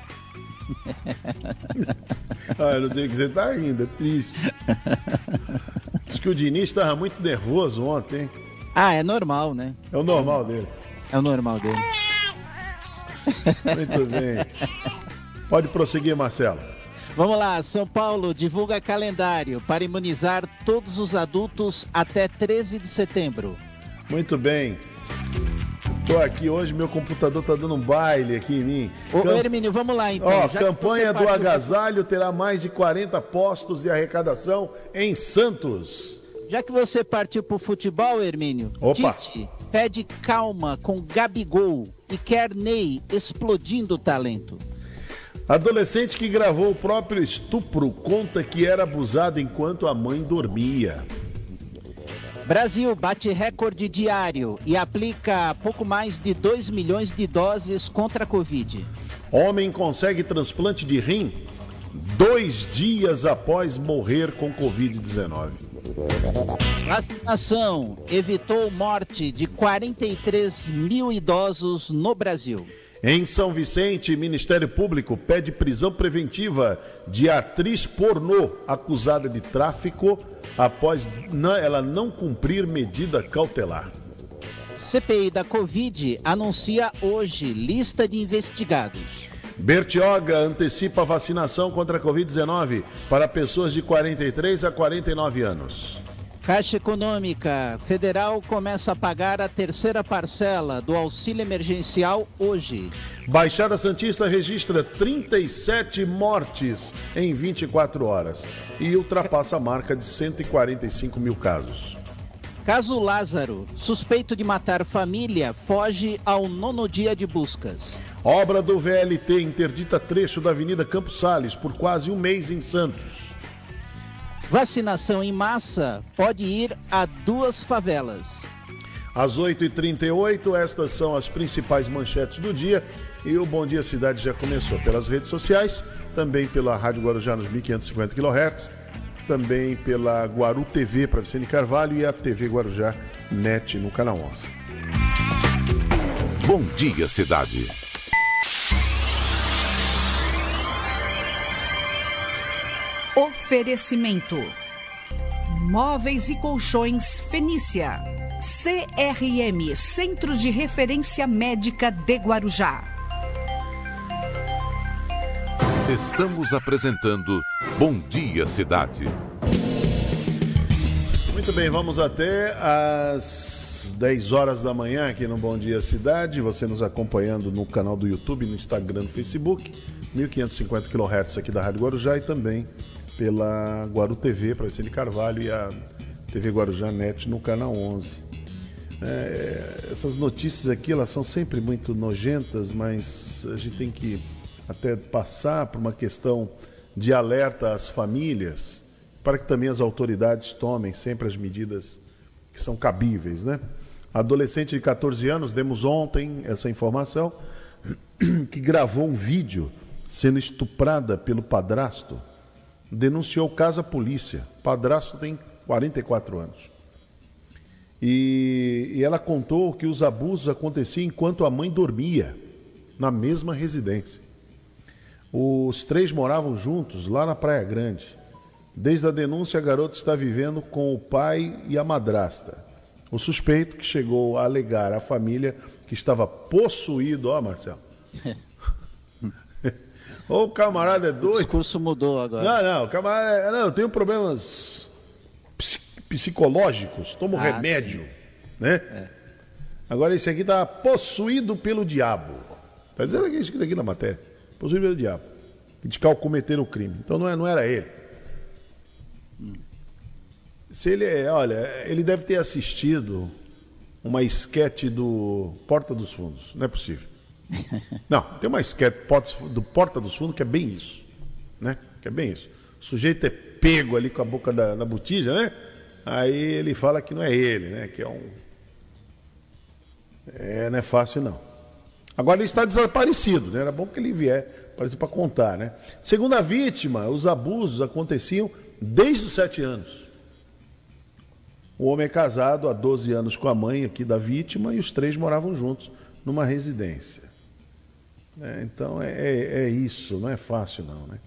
Ah, eu não sei o que você tá rindo, é triste. Diz que o Diniz estava muito nervoso ontem, hein? Ah, é normal, né? É o normal dele. É o normal dele. Muito bem. Pode prosseguir, Marcelo. Vamos lá, São Paulo divulga calendário para imunizar todos os adultos até treze de setembro. Muito bem. Estou aqui hoje, meu computador está dando um baile aqui em mim. Ô, Camp... Hermínio, vamos lá então. Ó, campanha do agasalho terá mais de quarenta postos de arrecadação em Santos. Já que você partiu para o futebol, Hermínio, Opa. Tite pede calma com Gabigol e quer Ney explodindo o talento. Adolescente que gravou o próprio estupro conta que era abusado enquanto a mãe dormia. Brasil bate recorde diário e aplica pouco mais de dois milhões de doses contra a Covid. Homem consegue transplante de rim dois dias após morrer com covid dezenove. Vacinação evitou morte de quarenta e três mil idosos no Brasil. Em São Vicente, Ministério Público pede prisão preventiva de atriz pornô acusada de tráfico após ela não cumprir medida cautelar. C P I da Covid anuncia hoje lista de investigados. Bertioga antecipa a vacinação contra a covid dezenove para pessoas de quarenta e três a quarenta e nove anos. Caixa Econômica Federal começa a pagar a terceira parcela do auxílio emergencial hoje. Baixada Santista registra trinta e sete mortes em vinte e quatro horas e ultrapassa a marca de cento e quarenta e cinco mil casos. Caso Lázaro, suspeito de matar família, foge ao nono dia de buscas. Obra do V L T interdita trecho da Avenida Campos Sales por quase um mês em Santos. Vacinação em massa pode ir a duas favelas. Às oito e trinta e oito, estas são as principais manchetes do dia. E o Bom Dia Cidade já começou pelas redes sociais, também pela Rádio Guarujá nos mil quinhentos e cinquenta quilohertz, também pela Guaru T V para Vicente Carvalho e a T V Guarujá Net no canal onze. Bom Dia Cidade. Oferecimento: Móveis e Colchões Fenícia. C R M, Centro de Referência Médica de Guarujá. Estamos apresentando Bom Dia Cidade. Muito bem, vamos até às dez horas da manhã aqui no Bom Dia Cidade. Você nos acompanhando no canal do YouTube, no Instagram, no Facebook, mil quinhentos e cinquenta quilohertz aqui da Rádio Guarujá e também pela Guaru T V para Vicente Carvalho e a T V Guarujá Net no canal onze. É, essas notícias aqui, elas são sempre muito nojentas, mas a gente tem que até passar por uma questão de alerta às famílias, para que também as autoridades tomem sempre as medidas que são cabíveis, né? Adolescente de catorze anos, demos ontem essa informação, que gravou um vídeo sendo estuprada pelo padrasto, denunciou o caso à polícia. O padrasto tem quarenta e quatro anos. E, e ela contou que os abusos aconteciam enquanto a mãe dormia, na mesma residência. Os três moravam juntos lá na Praia Grande. Desde a denúncia, a garota está vivendo com o pai e a madrasta. O suspeito, que chegou a alegar à família que estava possuído... Ó, Marcelo. Ô, o camarada é doido. O discurso mudou agora. Não, não, o camarada... É... Não, eu tenho problemas psicológicos, tomo ah, remédio, sim. né? É. Agora esse aqui está possuído pelo diabo. Está dizendo aqui, isso aqui na matéria. Possuído pelo diabo. De que cometer o crime. Então não, é, não era ele. Hum. Se ele é, olha, ele deve ter assistido uma esquete do Porta dos Fundos. Não é possível. Não, tem uma esquete do Porta dos Fundos que é bem isso, né? Que é bem isso. O sujeito é pego ali com a boca da, na botija, né? Aí ele fala que não é ele, né? Que é um... É, não é fácil não. Agora ele está desaparecido, né? Era bom que ele vier para contar, né? Segundo a vítima, os abusos aconteciam desde os sete anos. O homem é casado há doze anos com a mãe aqui da vítima e os três moravam juntos numa residência. É, então é, é, é isso, não é fácil não, né?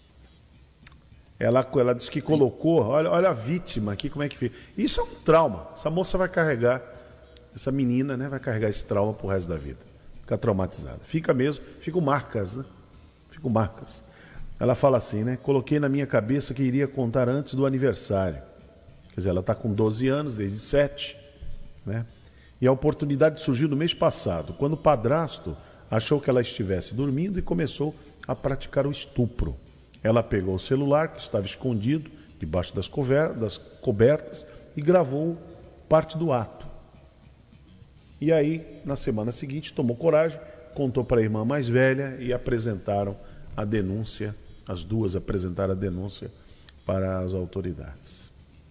Ela, ela disse que colocou, olha, olha a vítima aqui, como é que fez. Isso é um trauma. Essa moça vai carregar, essa menina, né, vai carregar esse trauma pro resto da vida. Fica traumatizada. Fica mesmo, ficam marcas, né? Ficam marcas. Ela fala assim, né? Coloquei na minha cabeça que iria contar antes do aniversário. Quer dizer, ela está com doze anos, desde sete, né? E a oportunidade surgiu no mês passado, quando o padrasto achou que ela estivesse dormindo e começou a praticar o estupro. Ela pegou o celular, que estava escondido debaixo das, cover- das cobertas, e gravou parte do ato. E aí, na semana seguinte, tomou coragem, contou para a irmã mais velha e apresentaram a denúncia, as duas apresentaram a denúncia para as autoridades.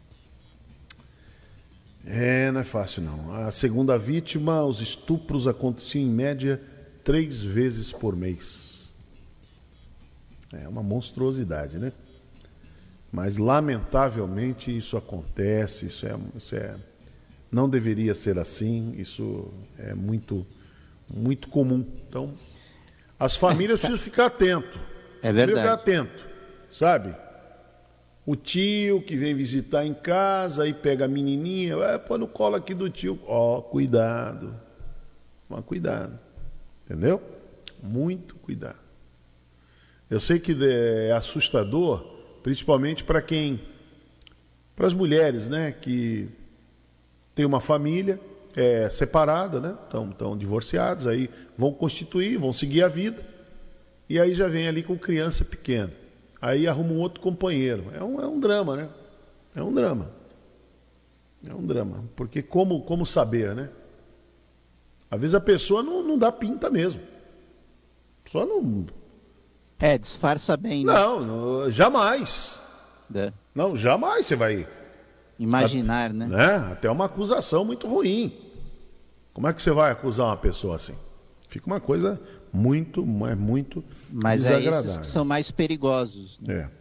É, não é fácil não. A segunda vítima, os estupros aconteciam em média três vezes por mês. É uma monstruosidade, né? Mas, lamentavelmente, isso acontece, isso é, isso é, não deveria ser assim, isso é muito, muito comum. Então, as famílias precisam ficar atentos. É verdade. Ficar atento, sabe? O tio que vem visitar em casa, aí pega a menininha, vai pôr no colo aqui do tio. Ó, cuidado. Mas cuidado. Entendeu? Muito cuidado. Eu sei que é assustador, principalmente para quem... Para as mulheres, né? Que tem uma família é, separada, né? Estão estão divorciados, aí vão constituir, vão seguir a vida. E aí já vem ali com criança pequena. Aí arruma um outro companheiro. É um, é um drama, né? É um drama. É um drama. Porque como, como saber, né? Às vezes a pessoa não, não dá pinta mesmo. Só não... É, disfarça bem, né? Não, não jamais. É. Não, jamais você vai... Imaginar, Até, né? né? Até uma acusação muito ruim. Como é que você vai acusar uma pessoa assim? Fica uma coisa muito, mas muito Mas desagradável. é esses que são mais perigosos. Né? É.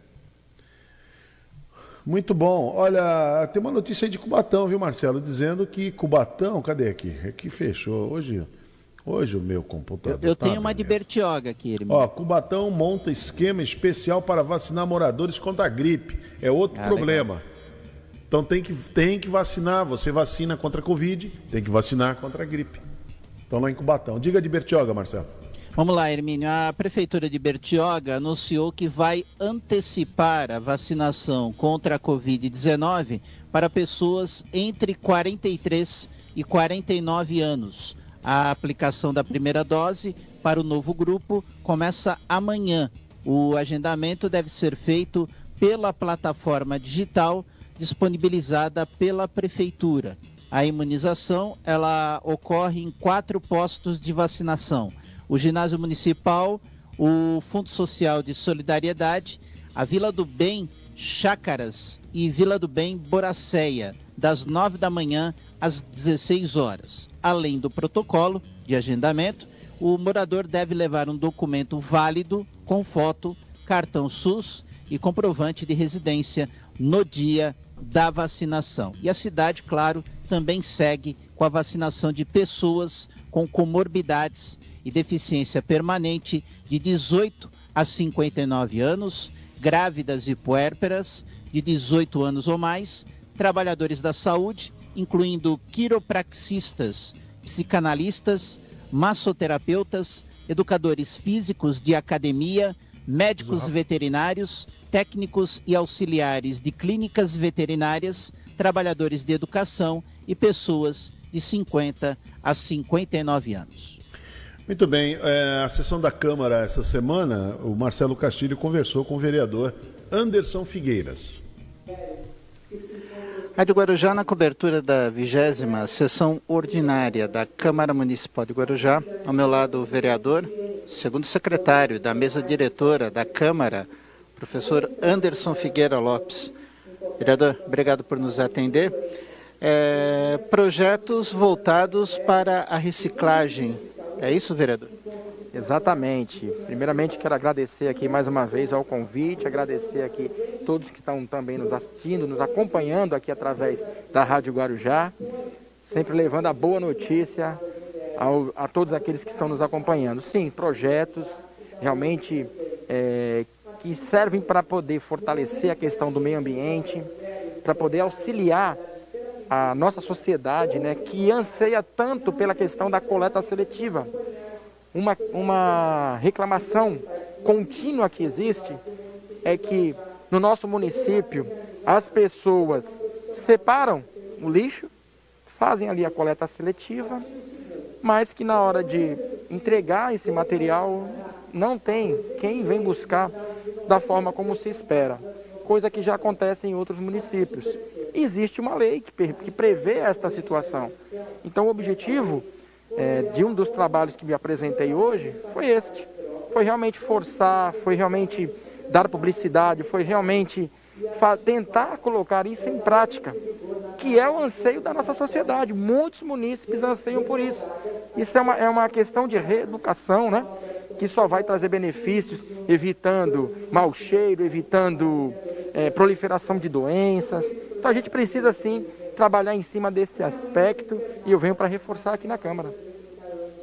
Muito bom. Olha, tem uma notícia aí de Cubatão, viu, Marcelo? Dizendo que Cubatão, cadê aqui? Aqui fechou. Hoje, hoje o meu computador. Eu, eu tá tenho uma de beleza. Bertioga aqui, irmão. Ó, Cubatão monta esquema especial para vacinar moradores contra a gripe. É outro Ah, problema. legal. Então tem que, tem que vacinar. Você vacina contra a Covid, tem que vacinar contra a gripe. Então lá em Cubatão. Diga de Bertioga, Marcelo. Vamos lá, Hermínio. A Prefeitura de Bertioga anunciou que vai antecipar a vacinação contra a covid dezenove para pessoas entre quarenta e três e quarenta e nove anos. A aplicação da primeira dose para o novo grupo começa amanhã. O agendamento deve ser feito pela plataforma digital disponibilizada pela Prefeitura. A imunização ela ocorre em quatro postos de vacinação: o Ginásio Municipal, o Fundo Social de Solidariedade, a Vila do Bem Chácaras e Vila do Bem Boracéia, das nove da manhã às dezesseis horas. Além do protocolo de agendamento, o morador deve levar um documento válido com foto, cartão SUS e comprovante de residência no dia da vacinação. E a cidade, claro, também segue com a vacinação de pessoas com comorbidades e deficiência permanente de dezoito a cinquenta e nove anos, grávidas e puérperas de dezoito anos ou mais, trabalhadores da saúde, incluindo quiropraxistas, psicanalistas, massoterapeutas, educadores físicos de academia, médicos Exato. veterinários, técnicos e auxiliares de clínicas veterinárias, trabalhadores de educação e pessoas de cinquenta a cinquenta e nove anos. Muito bem. É, a sessão da Câmara essa semana, o Marcelo Castilho conversou com o vereador Anderson Figueiras. Rádio Guarujá, na cobertura da vigésima sessão ordinária da Câmara Municipal de Guarujá, ao meu lado o vereador, segundo secretário da mesa diretora da Câmara, professor Anderson Figueira Lopes. Vereador, obrigado por nos atender. É, projetos voltados para a reciclagem, é isso, vereador? Exatamente. Primeiramente, quero agradecer aqui mais uma vez ao convite, agradecer aqui todos que estão também nos assistindo, nos acompanhando aqui através da Rádio Guarujá, sempre levando a boa notícia ao, a todos aqueles que estão nos acompanhando. Sim, projetos realmente é, que servem para poder fortalecer a questão do meio ambiente, para poder auxiliar a nossa sociedade, né, que anseia tanto pela questão da coleta seletiva. Uma, uma reclamação contínua que existe é que no nosso município as pessoas separam o lixo, fazem ali a coleta seletiva, mas que na hora de entregar esse material não tem quem vem buscar da forma como se espera, coisa que já acontece em outros municípios. Existe uma lei que, que prevê esta situação. Então o objetivo É, de um dos trabalhos que me apresentei hoje foi este, foi realmente forçar, foi realmente dar publicidade, foi realmente tentar colocar isso em prática, que é o anseio da nossa sociedade. Muitos munícipes anseiam por isso. Isso é uma, é uma questão de reeducação, né? Que só vai trazer benefícios, evitando mau cheiro, evitando é, proliferação de doenças. Então a gente precisa sim trabalhar em cima desse aspecto e eu venho para reforçar aqui na Câmara.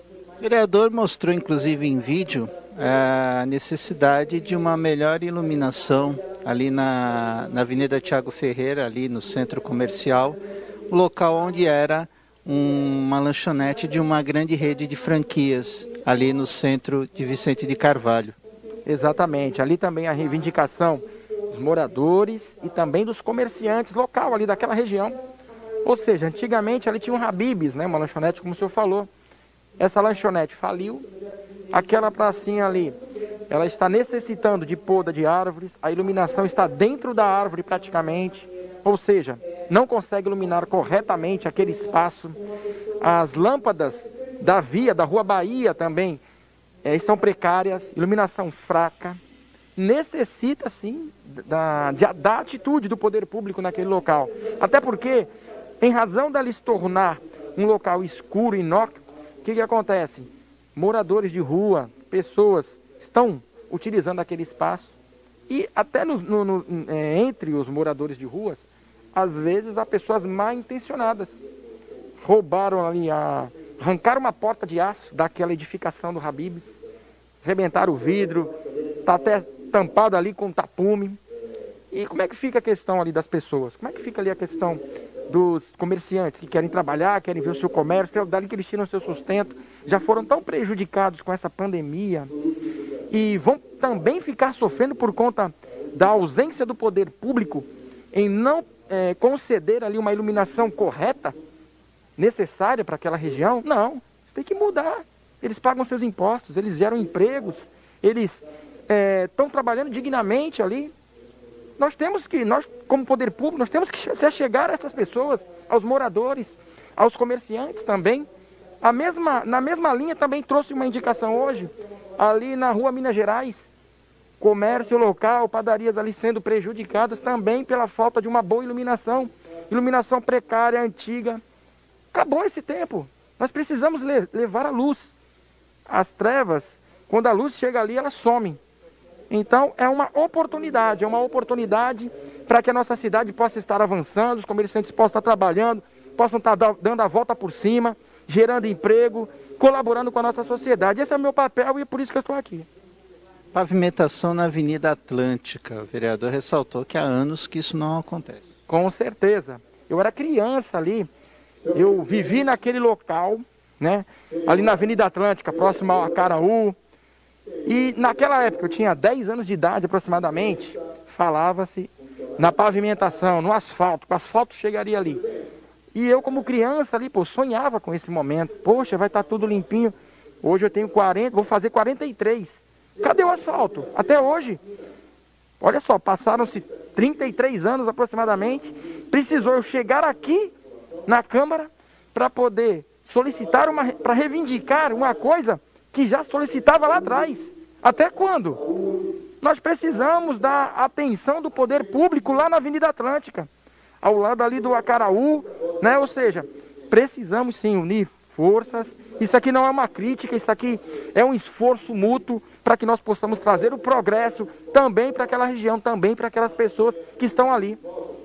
vereador mostrou, inclusive em vídeo, a necessidade de uma melhor iluminação ali na, na Avenida Tiago Ferreira, ali no centro comercial, o local onde era um, uma lanchonete de uma grande rede de franquias, ali no centro de Vicente de Carvalho. Exatamente, ali também a reivindicação dos moradores e também dos comerciantes local ali daquela região. Ou seja, antigamente ali tinha um Habib's, né, uma lanchonete, como o senhor falou. Essa lanchonete faliu, aquela pracinha ali, ela está necessitando de poda de árvores, a iluminação está dentro da árvore praticamente, ou seja, não consegue iluminar corretamente aquele espaço. As lâmpadas da via, da Rua Bahia também, é, são precárias, iluminação fraca, necessita sim da, da atitude do poder público naquele local. Até porque, em razão dela se tornar um local escuro e inócuo, o que, que acontece? Moradores de rua, pessoas estão utilizando aquele espaço e até no, no, no, é, entre os moradores de ruas, às vezes há pessoas mal intencionadas. Roubaram ali, a, arrancaram uma porta de aço daquela edificação do Habib's, rebentaram o vidro, está até tampado ali com tapume. E como é que fica a questão ali das pessoas? Como é que fica ali a questão dos comerciantes que querem trabalhar, querem ver o seu comércio, é dali que eles tiram o seu sustento, já foram tão prejudicados com essa pandemia e vão também ficar sofrendo por conta da ausência do poder público em não é, conceder ali uma iluminação correta, necessária para aquela região? Não, tem que mudar. Eles pagam seus impostos, eles geram empregos, eles estão é, trabalhando dignamente ali. Nós temos que, nós como poder público, nós temos que se achegar a essas pessoas, aos moradores, aos comerciantes também. A mesma, na mesma linha também trouxe uma indicação hoje, ali na rua Minas Gerais, comércio local, padarias ali sendo prejudicadas também pela falta de uma boa iluminação, iluminação precária, antiga. Acabou esse tempo, nós precisamos le- levar a luz. As trevas, quando a luz chega ali, elas somem. Então, é uma oportunidade, é uma oportunidade para que a nossa cidade possa estar avançando, os comerciantes possam estar trabalhando, possam estar dando a volta por cima, gerando emprego, colaborando com a nossa sociedade. Esse é o meu papel e é por isso que eu estou aqui. Pavimentação na Avenida Atlântica. O vereador ressaltou que há anos que isso não acontece. Com certeza. Eu era criança ali, eu vivi naquele local, né, ali na Avenida Atlântica, próximo ao Acaraú. E naquela época, eu tinha dez anos de idade aproximadamente, falava-se na pavimentação, no asfalto, que o asfalto chegaria ali. E eu como criança ali, pô, sonhava com esse momento. Poxa, vai estar tudo limpinho. Hoje eu tenho quarenta, vou fazer quarenta e três. Cadê o asfalto? Até hoje. Olha só, passaram-se trinta e três anos aproximadamente. Precisou eu chegar aqui na Câmara para poder solicitar uma, para reivindicar uma coisa que já solicitava lá atrás. Até quando? Nós precisamos da atenção do poder público lá na Avenida Atlântica, ao lado ali do Acaraú, né? Ou seja, precisamos sim unir forças. Isso aqui não é uma crítica, isso aqui é um esforço mútuo para que nós possamos trazer o progresso também para aquela região, também para aquelas pessoas que estão ali.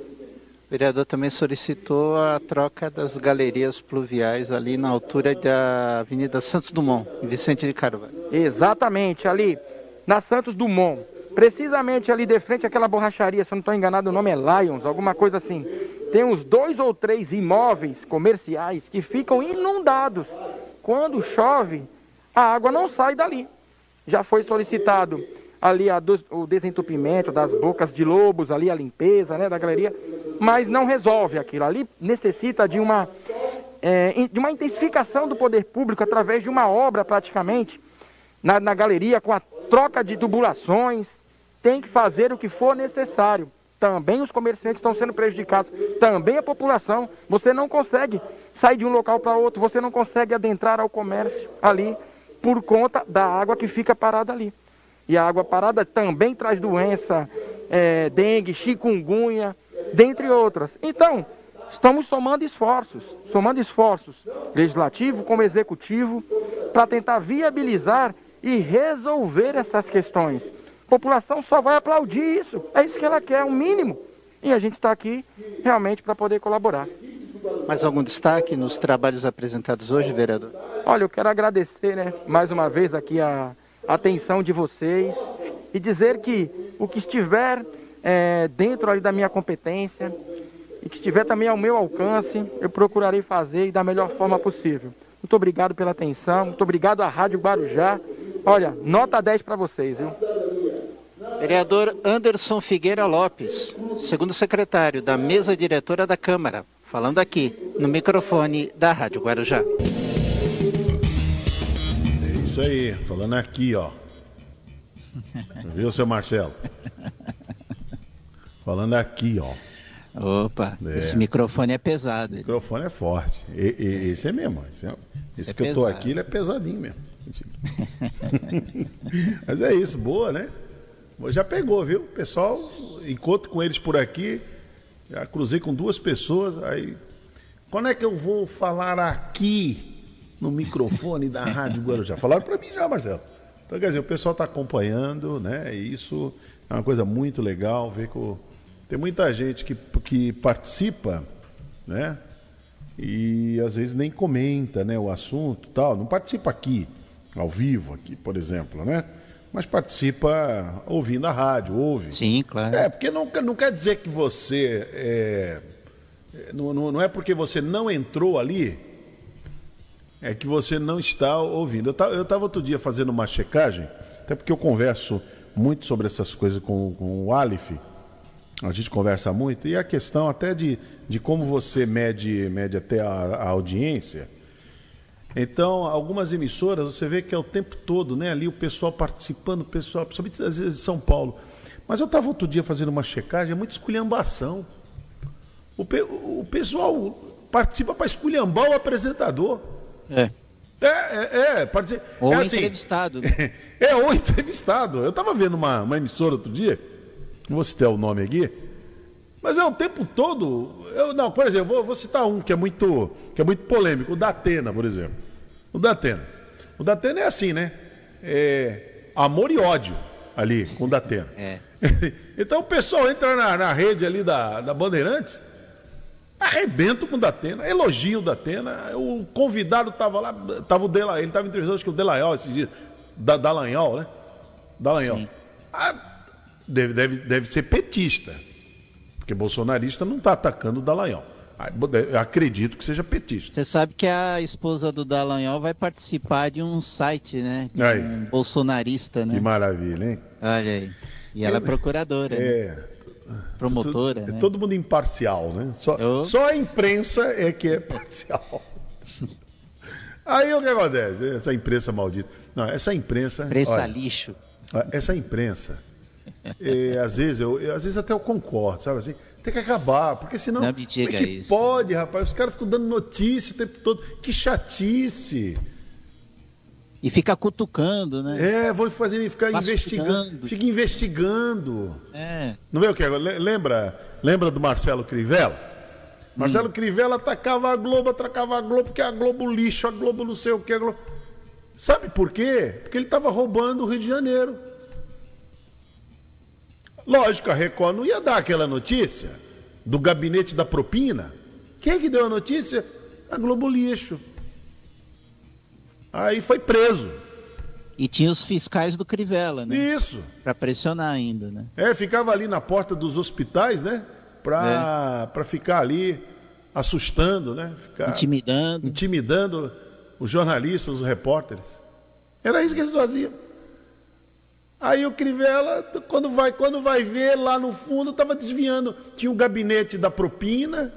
O vereador também solicitou a troca das galerias pluviais ali na altura da Avenida Santos Dumont, em Vicente de Carvalho. Exatamente, ali na Santos Dumont, precisamente ali de frente àquela borracharia, se eu não estou enganado o nome é Lions, alguma coisa assim. Tem uns dois ou três imóveis comerciais que ficam inundados. Quando chove, a água não sai dali. Já foi solicitado ali a do, o desentupimento das bocas de lobos, ali a limpeza, né, da galeria, mas não resolve aquilo. Ali necessita de uma, é, de uma intensificação do poder público através de uma obra praticamente na, na galeria, com a troca de tubulações. Tem que fazer o que for necessário. Também os comerciantes estão sendo prejudicados, também a população. Você não consegue sair de um local para outro, você não consegue adentrar ao comércio ali por conta da água que fica parada ali. E a água parada também traz doença, é, dengue, chikungunya, dentre outras. Então, estamos somando esforços, somando esforços, legislativo como executivo, para tentar viabilizar e resolver essas questões. A população só vai aplaudir isso, é isso que ela quer, o mínimo. E a gente está aqui realmente para poder colaborar. Mais algum destaque nos trabalhos apresentados hoje, vereador? Olha, eu quero agradecer, né, mais uma vez aqui a atenção de vocês e dizer que o que estiver é, dentro ali da minha competência e que estiver também ao meu alcance, eu procurarei fazer e da melhor forma possível. Muito obrigado pela atenção, muito obrigado à Rádio Guarujá. Olha, nota dez para vocês, viu? Vereador Anderson Figueira Lopes, segundo secretário da mesa diretora da Câmara, falando aqui no microfone da Rádio Guarujá. É isso aí, falando aqui, ó. Viu, seu Marcelo? Falando aqui, ó. Opa, é. Esse microfone é pesado. O microfone é forte. E, e, esse é mesmo. Esse, é, esse, esse é que pesado. Eu tô aqui, ele é pesadinho mesmo. Mas é isso, boa, né? Já pegou, viu? Pessoal, encontro com eles por aqui. Já cruzei com duas pessoas. Aí, quando é que eu vou falar aqui no microfone da Rádio Guarujá? Falaram para mim já, Marcelo. Então, quer dizer, o pessoal está acompanhando, né? E isso é uma coisa muito legal, ver que o... tem muita gente que, que participa, né? E às vezes nem comenta, né, o assunto, tal. Não participa aqui, ao vivo, aqui, por exemplo, né? Mas participa ouvindo a rádio, ouve. Sim, claro. É, porque não, não quer dizer que você... É, não, não é porque você não entrou ali, é que você não está ouvindo. Eu estava outro dia fazendo uma checagem, até porque eu converso muito sobre essas coisas com, com o Aleph. A gente conversa muito. E a questão até de, de como você mede, mede até a, a audiência... Então, algumas emissoras, você vê que é o tempo todo, né? Ali o pessoal participando, o pessoal, principalmente às vezes em São Paulo. Mas eu estava outro dia fazendo uma checagem, é muita esculhambação. O, pe, o pessoal participa para esculhambar o apresentador. É. É, é, é. Para dizer, ou é assim, entrevistado. Né? É, ou entrevistado. Eu estava vendo uma, uma emissora outro dia, não vou citar o nome aqui, mas é o tempo todo. Eu, não, por exemplo, eu vou, vou citar um que é muito, que é muito polêmico, o Datena, por exemplo. O Datena. O Datena é assim, né? É amor e ódio ali com o Datena. É. Então o pessoal entra na, na rede ali da, da Bandeirantes, arrebenta com o Datena, elogia o Datena. O convidado estava lá, tava o Dela, ele estava entrevistando, acho que o Delanhol esses dias, da Dallagnol, né? Dallagnol. Ah, deve, deve, deve ser petista. Porque bolsonarista não está atacando o Dallagnol. Eu acredito que seja petista. Você sabe que a esposa do Dallagnol vai participar de um site, né? De aí. Um bolsonarista, né? Que maravilha, hein? Olha aí. E ela é procuradora, é, né? Promotora, todo, né? Todo mundo imparcial, né? Só, Eu... só a imprensa é que é parcial. Aí o que acontece? Essa imprensa maldita. Não, essa imprensa... Imprensa olha, lixo. Essa imprensa... É, às vezes eu, às vezes até eu concordo, sabe assim? Tem que acabar, porque senão. Não me diga como é que isso. pode, rapaz? Os caras ficam dando notícia o tempo todo. Que chatice! E fica cutucando, né? É, vou fazer ficar Mastigando. investigando. Fica investigando. É. Não vê o que é? Lembra, lembra do Marcelo Crivella? Marcelo hum. Crivella atacava a Globo, atacava a Globo, porque a Globo lixo, a Globo não sei o que. A Globo... Sabe por quê? Porque ele estava roubando o Rio de Janeiro. Lógico, a Record não ia dar aquela notícia do gabinete da propina. Quem é que deu a notícia? A Globo Lixo. Aí foi preso. E tinha os fiscais do Crivella, né? Isso. Para pressionar ainda, né? É, ficava ali na porta dos hospitais, né? Para é. Para ficar ali assustando, né? Ficar intimidando. Intimidando os jornalistas, os repórteres. Era isso que eles faziam. Aí o Crivella, quando vai, quando vai ver, lá no fundo, estava desviando. Tinha o gabinete da propina.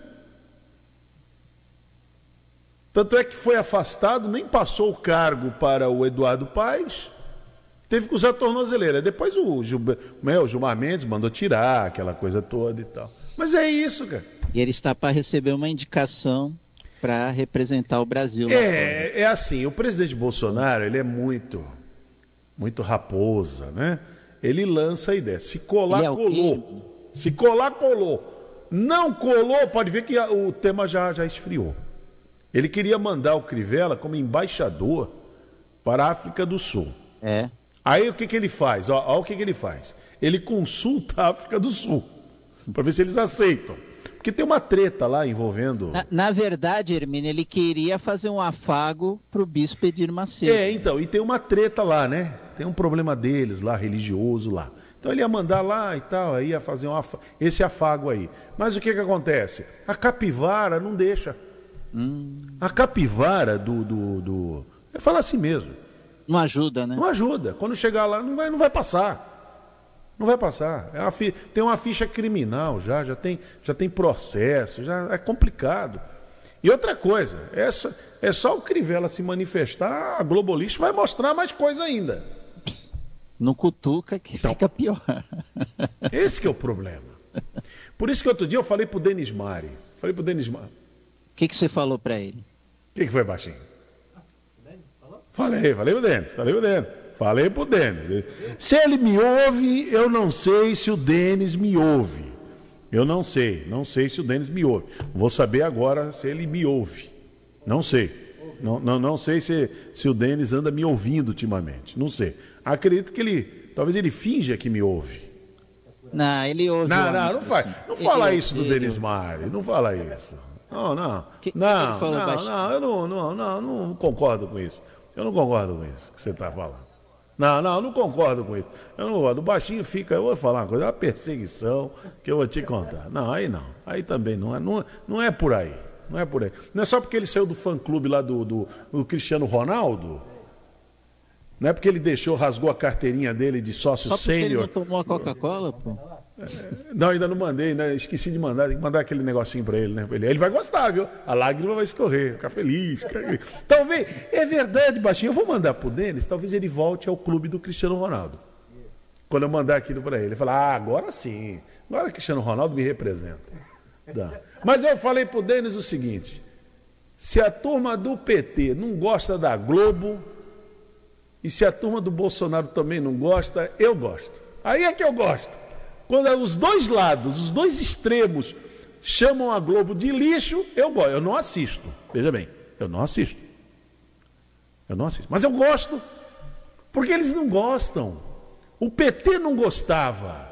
Tanto é que foi afastado, nem passou o cargo para o Eduardo Paes. Teve que usar a tornozeleira. Depois o, Gilber, o Gilmar Mendes mandou tirar aquela coisa toda e tal. Mas é isso, cara. E ele está para receber uma indicação para representar o Brasil. É, é assim, o presidente Bolsonaro, ele é muito... muito raposa, né? Ele lança a ideia. Se colar, é colou. Se colar, colou. Não colou, pode ver que o tema já, já esfriou. Ele queria mandar o Crivella como embaixador para a África do Sul. É. Aí o que, que ele faz? Olha o que, que ele faz. Ele consulta a África do Sul para ver se eles aceitam. Porque tem uma treta lá envolvendo... Na, na verdade, Hermínio, ele queria fazer um afago pro bispo Edir Macedo. É, então, e tem uma treta lá, né? Tem um problema deles lá, religioso lá. Então ele ia mandar lá e tal, aí ia fazer um af... esse afago aí. Mas o que que acontece? A capivara não deixa. Hum. A capivara do... do, do... Eu falo assim mesmo. Não ajuda, né? Não ajuda. Quando chegar lá, não vai, não vai passar. Não vai passar. É uma fi... Tem uma ficha criminal já, já tem, já tem processo, já é complicado. E outra coisa, é só, é só o Crivella se manifestar, a Globolist vai mostrar mais coisa ainda. Não cutuca que então, fica pior. Esse que é o problema. Por isso que outro dia eu falei pro Denis Mari. Falei pro Denis Mari. O que, que você falou para ele? O que, que foi, baixinho? Falei, falei pro Denis, falei pro Denis. Falei pro Denis. Se ele me ouve, eu não sei se o Denis me ouve. Eu não sei, não sei se o Denis me ouve. Vou saber agora se ele me ouve. Não sei. Não, não, não sei se, se o Denis anda me ouvindo ultimamente. Não sei. Acredito que ele, talvez ele finja que me ouve. Não, ele ouve. Não, não, não faz. Não fala isso do Denis Mari. Não fala isso. Não, não. Que, não, que não, não, eu não, não, não, não concordo com isso. Eu não concordo com isso que você está falando. Não, não, não concordo com isso. Eu não concordo. O baixinho fica, eu vou falar uma coisa, é uma perseguição que eu vou te contar. Não, aí não. Aí também não é, não, não é por aí. Não é por aí. Não é só porque ele saiu do fã-clube lá do, do, do Cristiano Ronaldo. Não é porque ele deixou, rasgou a carteirinha dele de sócio sênior. Só porque ele não tomou a Coca-Cola, pô? Não, ainda não mandei, né? Esqueci de mandar, tem que mandar aquele negocinho pra ele, né? Ele, ele vai gostar, viu? A lágrima vai escorrer, ficar feliz. Ficar... Talvez, é verdade, baixinho, eu vou mandar pro Denis, talvez ele volte ao clube do Cristiano Ronaldo. Quando eu mandar aquilo pra ele, ele fala, ah, agora sim, agora o Cristiano Ronaldo me representa. Tá. Mas eu falei pro Denis o seguinte, se a turma do P T não gosta da Globo, e se a turma do Bolsonaro também não gosta, eu gosto. Aí é que eu gosto. Quando os dois lados, os dois extremos chamam a Globo de lixo, eu gosto. Eu não assisto. Veja bem, eu não assisto. Eu não assisto. Mas eu gosto, porque eles não gostam. O P T não gostava.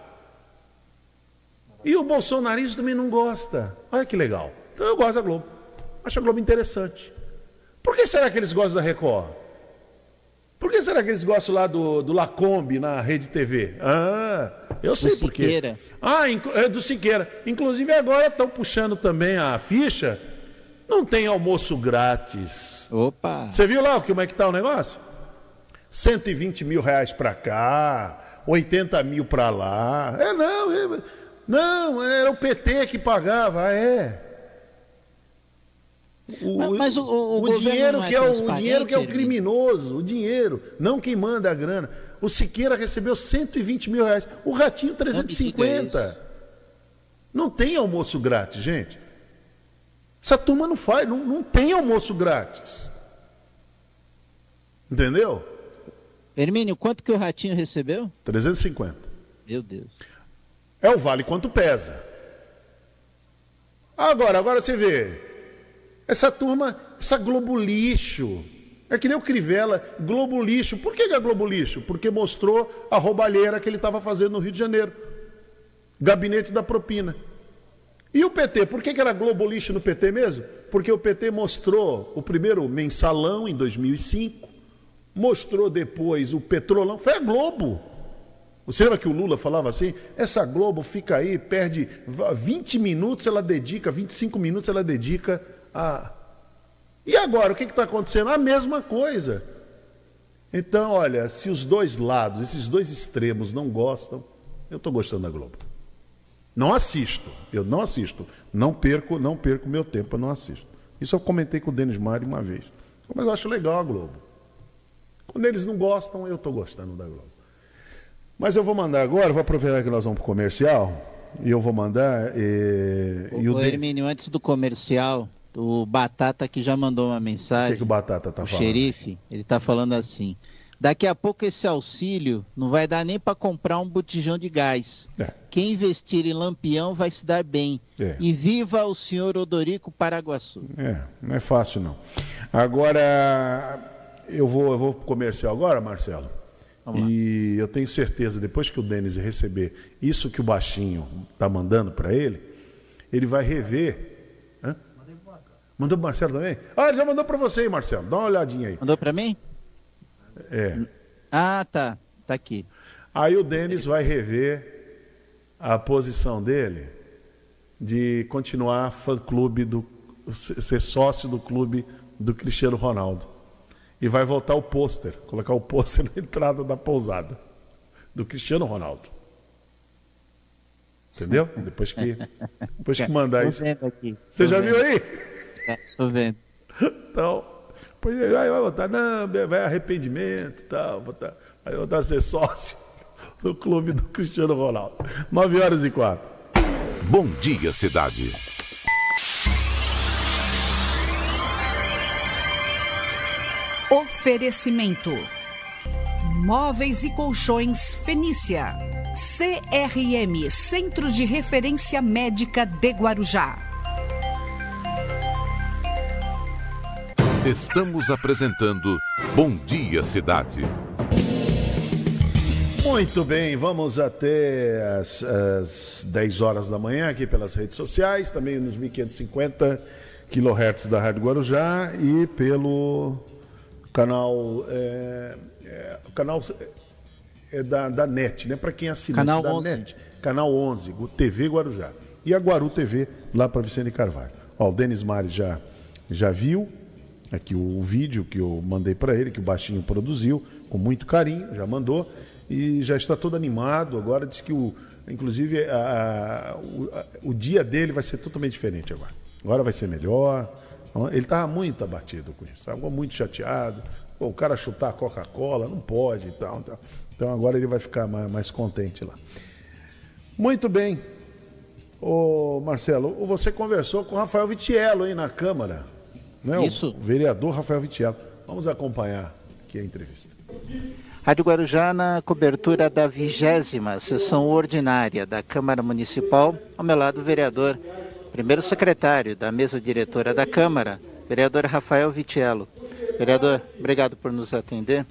E o bolsonarismo também não gosta. Olha que legal. Então eu gosto da Globo. Acho a Globo interessante. Por que será que eles gostam da Record? Por que será que eles gostam lá do, do Lacombe na Rede T V? Ah, eu sei por quê. Siqueira. Ah, é do Siqueira. Inclusive agora estão puxando também a ficha. Não tem almoço grátis. Opa! Você viu lá como é que tá o negócio? cento e vinte mil reais para cá, oitenta mil para lá. É, não, é, não, era o P T que pagava, é. O, mas, mas o, o, o, dinheiro é que é o, o dinheiro que é o criminoso, o dinheiro, não quem manda a grana. O Siqueira recebeu cento e vinte mil reais, o Ratinho trezentos e cinquenta. Não tem almoço grátis, gente. Essa turma não faz, não, não tem almoço grátis. Entendeu? Hermínio, quanto que o Ratinho recebeu? trezentos e cinquenta. Meu Deus. É o vale quanto pesa. Agora, agora você vê. Essa turma, essa Globo lixo, é que nem o Crivella, Globo lixo. Por que é Globo lixo? Porque mostrou a roubalheira que ele estava fazendo no Rio de Janeiro. Gabinete da propina. E o P T, por que era Globo lixo no P T mesmo? Porque o P T mostrou o primeiro mensalão em dois mil e cinco, mostrou depois o petrolão, foi a Globo. Você lembra que o Lula falava assim? Essa Globo fica aí, perde vinte minutos, ela dedica, vinte e cinco minutos ela dedica a... E agora, o que está acontecendo? A mesma coisa. Então, olha, se os dois lados, esses dois extremos não gostam, eu estou gostando da Globo. Não assisto, eu não assisto. Não perco, não perco meu tempo, eu não assisto. Isso eu comentei com o Denis Mari uma vez. Mas eu acho legal a Globo. Quando eles não gostam, eu estou gostando da Globo. Mas eu vou mandar agora, vou aproveitar que nós vamos para o comercial, e eu vou mandar... E, o, e o o Hermínio, antes do comercial, o Batata que já mandou uma mensagem. O que, que o Batata está falando? O xerife, ele está falando assim, daqui a pouco esse auxílio não vai dar nem para comprar um botijão de gás. É. Quem investir em Lampião vai se dar bem. É. E viva o senhor Odorico Paraguaçu. É, não é fácil não. Agora, eu vou, eu vou pro comercial agora, Marcelo. Vamos e lá. Eu tenho certeza, depois que o Denis receber isso que o baixinho está mandando para ele, ele vai rever. Hã? Mandou pro Marcelo também? Ah, ele já mandou para você aí, Marcelo. Dá uma olhadinha aí. Mandou para mim? É. Ah, tá. Tá aqui. Aí o Denis vai rever a posição dele de continuar fã-clube, do ser sócio do clube do Cristiano Ronaldo. E vai voltar o pôster, colocar o pôster na entrada da pousada do Cristiano Ronaldo. Entendeu? Depois que, depois que mandar isso. Aqui. Você já vendo. Viu aí? É, tô vendo. Então, depois ele vai voltar, não, vai arrependimento e tal, voltar, vai voltar a ser sócio do clube do Cristiano Ronaldo. nove horas e quatro. Bom dia, cidade. Oferecimento: Móveis e Colchões Fenícia. C R M, Centro de Referência Médica de Guarujá. Estamos apresentando Bom Dia, Cidade. Muito bem, vamos até as, as dez horas da manhã aqui pelas redes sociais, também nos mil quinhentos e cinquenta quilohertz da Rádio Guarujá e pelo canal, é, é, o canal é da, da NET, né? Para quem assina canal da onze. NET, canal onze, o T V Guarujá. E a Guaru T V lá para Vicente Carvalho. Ó, o Denis Mari já, já viu aqui o, o vídeo que eu mandei para ele, que o Baixinho produziu com muito carinho, já mandou e já está todo animado. Agora diz que o, inclusive a, a, o, a, o dia dele vai ser totalmente diferente agora. Agora vai ser melhor. Ele estava muito abatido com isso, estava muito chateado. Pô, o cara chutar a Coca-Cola, não pode e tal, tal. Então agora ele vai ficar mais, mais contente lá. Muito bem. Ô Marcelo, você conversou com o Rafael Vitiello aí na Câmara, né? Isso. O vereador Rafael Vitiello. Vamos acompanhar aqui a entrevista. Rádio Guarujá na cobertura da vigésima sessão ordinária da Câmara Municipal. Ao meu lado o vereador, primeiro secretário da mesa diretora da Câmara, vereador Rafael Vitiello. Vereador, obrigado por nos atender.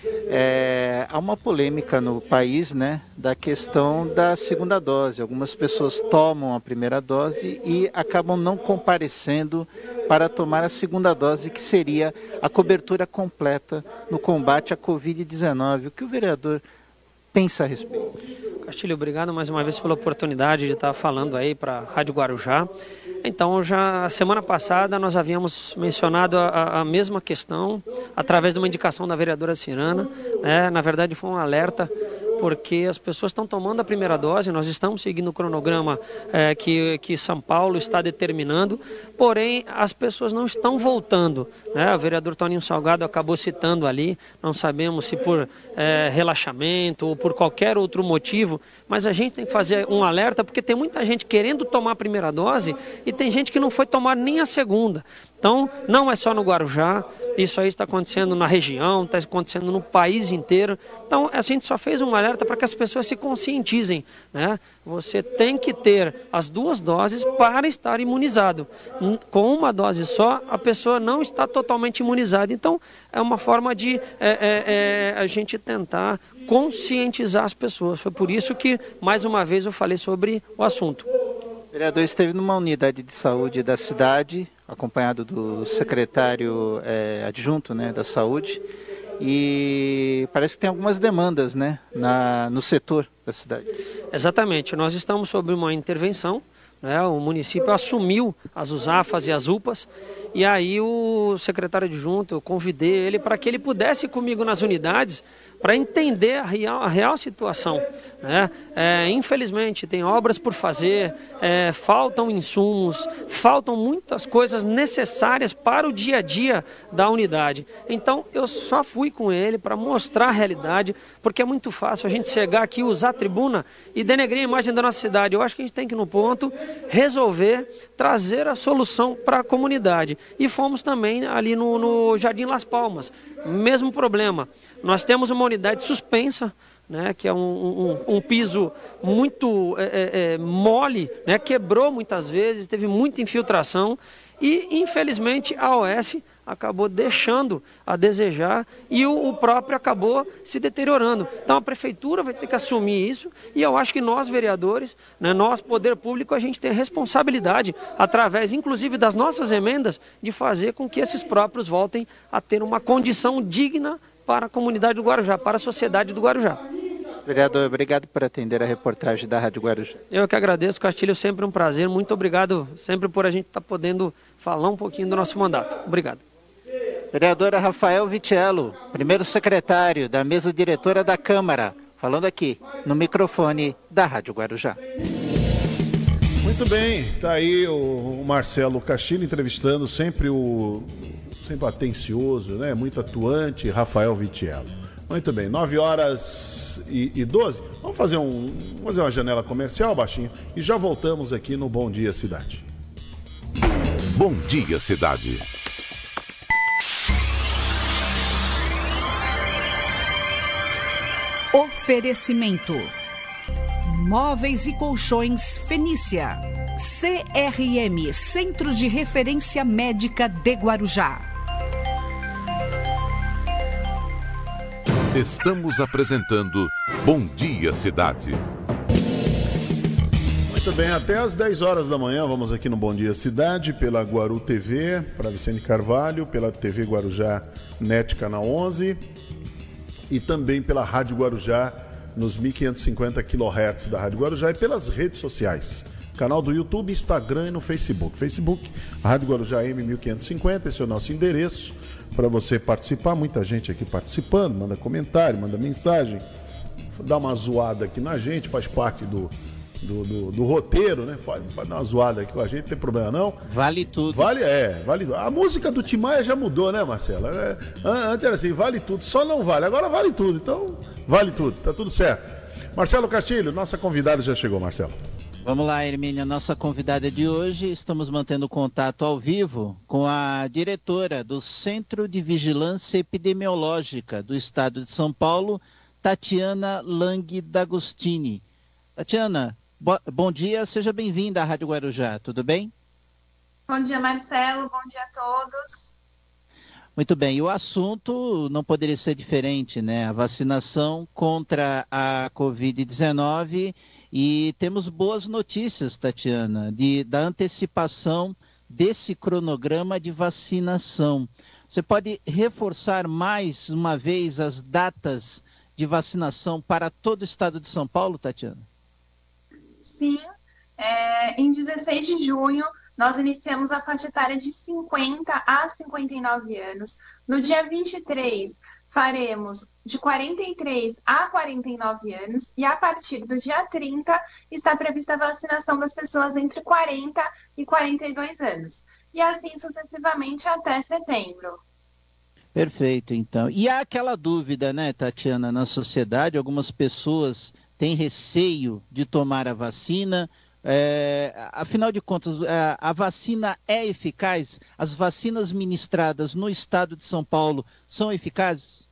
É, há uma polêmica no país, né, da questão da segunda dose. Algumas pessoas tomam a primeira dose e acabam não comparecendo para tomar a segunda dose, que seria a cobertura completa no combate à covid dezenove. O que o vereador pensa a respeito? Castilho, obrigado mais uma vez pela oportunidade de estar falando aí para a Rádio Guarujá. Então, já semana passada nós havíamos mencionado a, a mesma questão através de uma indicação da vereadora Cirana, né? Na verdade foi um alerta, porque as pessoas estão tomando a primeira dose, nós estamos seguindo o cronograma é, que, que São Paulo está determinando, porém as pessoas não estão voltando, né? O vereador Toninho Salgado acabou citando ali, não sabemos se por é, relaxamento ou por qualquer outro motivo, mas a gente tem que fazer um alerta, porque tem muita gente querendo tomar a primeira dose e tem gente que não foi tomar nem a segunda. Então, não é só no Guarujá, isso aí está acontecendo na região, está acontecendo no país inteiro. Então, a gente só fez um alerta para que as pessoas se conscientizem, né? Você tem que ter as duas doses para estar imunizado. Com uma dose só, a pessoa não está totalmente imunizada. Então, é uma forma de é, é, é, a gente tentar conscientizar as pessoas. Foi por isso que, mais uma vez, eu falei sobre o assunto. O vereador esteve numa unidade de saúde da cidade, acompanhado do secretário é, adjunto, né, da saúde, e parece que tem algumas demandas, né, na, no setor da cidade. Exatamente, nós estamos sob uma intervenção, né, o município assumiu as USAFAs e as UPAs, e aí o secretário adjunto, eu convidei ele para que ele pudesse ir comigo nas unidades para entender a real, a real situação, né? É, infelizmente tem obras por fazer, é, faltam insumos, faltam muitas coisas necessárias para o dia a dia da unidade. Então eu só fui com ele para mostrar a realidade, porque é muito fácil a gente chegar aqui, usar a tribuna e denegrir a imagem da nossa cidade. Eu acho que a gente tem que ir no ponto, resolver, trazer a solução para a comunidade. E fomos também ali no, no Jardim Las Palmas, mesmo problema. Nós temos uma unidade suspensa, né, que é um, um, um piso muito é, é, mole, né, quebrou muitas vezes, teve muita infiltração e, infelizmente, a O S acabou deixando a desejar e o, o próprio acabou se deteriorando. Então a prefeitura vai ter que assumir isso e eu acho que nós, vereadores, né, nós, poder público, a gente tem a responsabilidade, através inclusive das nossas emendas, de fazer com que esses próprios voltem a ter uma condição digna para a comunidade do Guarujá, para a sociedade do Guarujá. Vereador, obrigado por atender a reportagem da Rádio Guarujá. Eu que agradeço, Castilho, sempre um prazer. Muito obrigado sempre por a gente estar podendo falar um pouquinho do nosso mandato. Obrigado. Vereadora Rafael Vitiello, primeiro secretário da mesa diretora da Câmara, falando aqui no microfone da Rádio Guarujá. Muito bem, está aí o Marcelo Castilho entrevistando sempre o sempre atencioso, né? Muito atuante, Rafael Vitiello. Muito bem, nove horas e doze. Vamos fazer, um, vamos fazer uma janela comercial, baixinho, e já voltamos aqui no Bom Dia Cidade. Bom Dia Cidade. Oferecimento: Móveis e Colchões Fenícia. C R M, Centro de Referência Médica de Guarujá. Estamos apresentando Bom Dia Cidade. Muito bem, até às dez horas da manhã, vamos aqui no Bom Dia Cidade, pela Guaru T V, para Vicente Carvalho, pela T V Guarujá Net Canal onze e também pela Rádio Guarujá nos mil quinhentos e cinquenta quilohertz da Rádio Guarujá e pelas redes sociais. Canal do YouTube, Instagram e no Facebook. Facebook, Rádio Guarujá M mil quinhentos e cinquenta, esse é o nosso endereço para você participar. Muita gente aqui participando, manda comentário, manda mensagem, dá uma zoada aqui na gente, faz parte do, do, do, do roteiro, né? Pode, pode dar uma zoada aqui com a gente, não tem problema não. Vale tudo. Vale, é, vale tudo. A música do Tim Maia já mudou, né, Marcelo? É, antes era assim, vale tudo, só não vale. Agora vale tudo, então vale tudo, tá tudo certo. Marcelo Castilho, nossa convidada já chegou, Marcelo. Vamos lá, Hermínia, nossa convidada de hoje. Estamos mantendo contato ao vivo com a diretora do Centro de Vigilância Epidemiológica do Estado de São Paulo, Tatiana Lang D'Agostini. Tatiana, bo- bom dia, seja bem-vinda à Rádio Guarujá, tudo bem? Bom dia, Marcelo, bom dia a todos. Muito bem, e o assunto não poderia ser diferente, né? A vacinação contra a covid dezenove. E temos boas notícias, Tatiana, de, da antecipação desse cronograma de vacinação. Você pode reforçar mais uma vez as datas de vacinação para todo o estado de São Paulo, Tatiana? Sim, é, em dezesseis de junho nós iniciamos a faixa etária de cinquenta a cinquenta e nove anos. No dia vinte e três, faremos de quarenta e três a quarenta e nove anos e a partir do dia trinta está prevista a vacinação das pessoas entre quarenta e quarenta e dois anos. E assim sucessivamente até setembro. Perfeito, então. E há aquela dúvida, né, Tatiana, na sociedade, algumas pessoas têm receio de tomar a vacina. É, afinal de contas, a vacina é eficaz? As vacinas ministradas no estado de São Paulo são eficazes?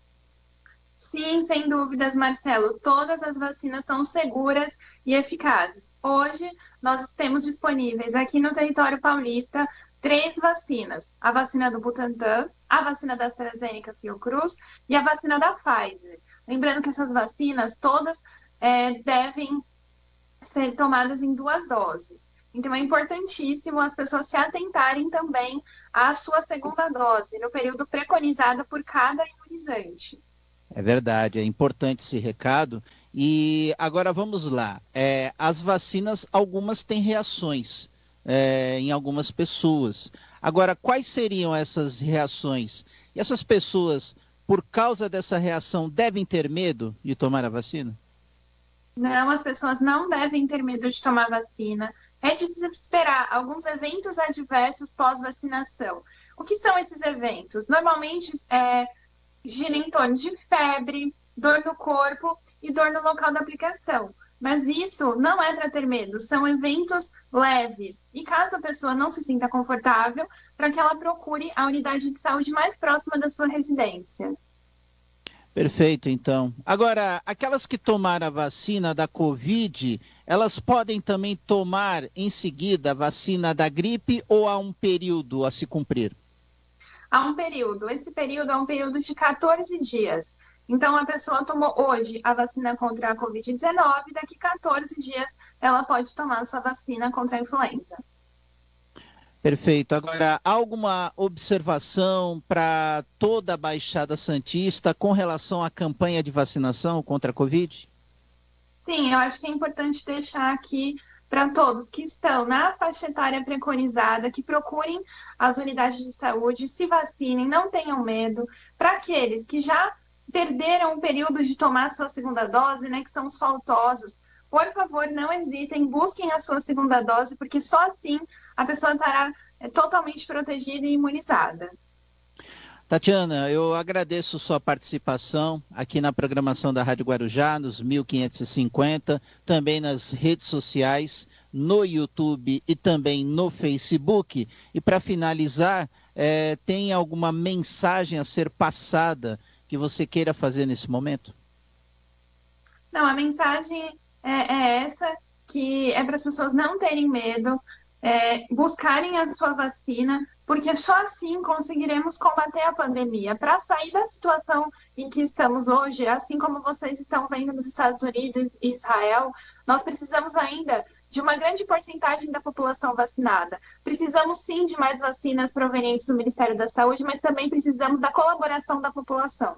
Sim, sem dúvidas, Marcelo. Todas as vacinas são seguras e eficazes. Hoje, nós temos disponíveis aqui no território paulista três vacinas. A vacina do Butantan, a vacina da AstraZeneca Fiocruz e a vacina da Pfizer. Lembrando que essas vacinas todas é, devem ser tomadas em duas doses. Então, é importantíssimo as pessoas se atentarem também à sua segunda dose, no período preconizado por cada imunizante. É verdade, é importante esse recado. E agora vamos lá. É, as vacinas, algumas têm reações é, em algumas pessoas. Agora, quais seriam essas reações? E essas pessoas, por causa dessa reação, devem ter medo de tomar a vacina? Não, as pessoas não devem ter medo de tomar vacina. É de se esperar alguns eventos adversos pós-vacinação. O que são esses eventos? Normalmente é, gira em torno de febre, dor no corpo e dor no local da aplicação. Mas isso não é para ter medo, são eventos leves. E caso a pessoa não se sinta confortável, para que ela procure a unidade de saúde mais próxima da sua residência. Perfeito, então. Agora, aquelas que tomaram a vacina da Covid, elas podem também tomar em seguida a vacina da gripe ou há um período a se cumprir? Há um período. Esse período é um período de quatorze dias. Então, a pessoa tomou hoje a vacina contra a covid dezenove, daqui quatorze dias ela pode tomar a sua vacina contra a influenza. Perfeito. Agora, há alguma observação para toda a Baixada Santista com relação à campanha de vacinação contra a Covid? Sim, eu acho que é importante deixar aqui para todos que estão na faixa etária preconizada, que procurem as unidades de saúde, se vacinem, não tenham medo. Para aqueles que já perderam o período de tomar a sua segunda dose, né, que são os faltosos, por favor, não hesitem, busquem a sua segunda dose, porque só assim a pessoa estará é, totalmente protegida e imunizada. Tatiana, eu agradeço sua participação aqui na programação da Rádio Guarujá, nos mil quinhentos e cinquenta, também nas redes sociais, no YouTube e também no Facebook. E para finalizar, é, tem alguma mensagem a ser passada que você queira fazer nesse momento? Não, a mensagem é, é essa, que é para as pessoas não terem medo, é, buscarem a sua vacina, porque só assim conseguiremos combater a pandemia. Para sair da situação em que estamos hoje, assim como vocês estão vendo nos Estados Unidos e Israel, nós precisamos ainda de uma grande porcentagem da população vacinada. Precisamos sim de mais vacinas provenientes do Ministério da Saúde, mas também precisamos da colaboração da população.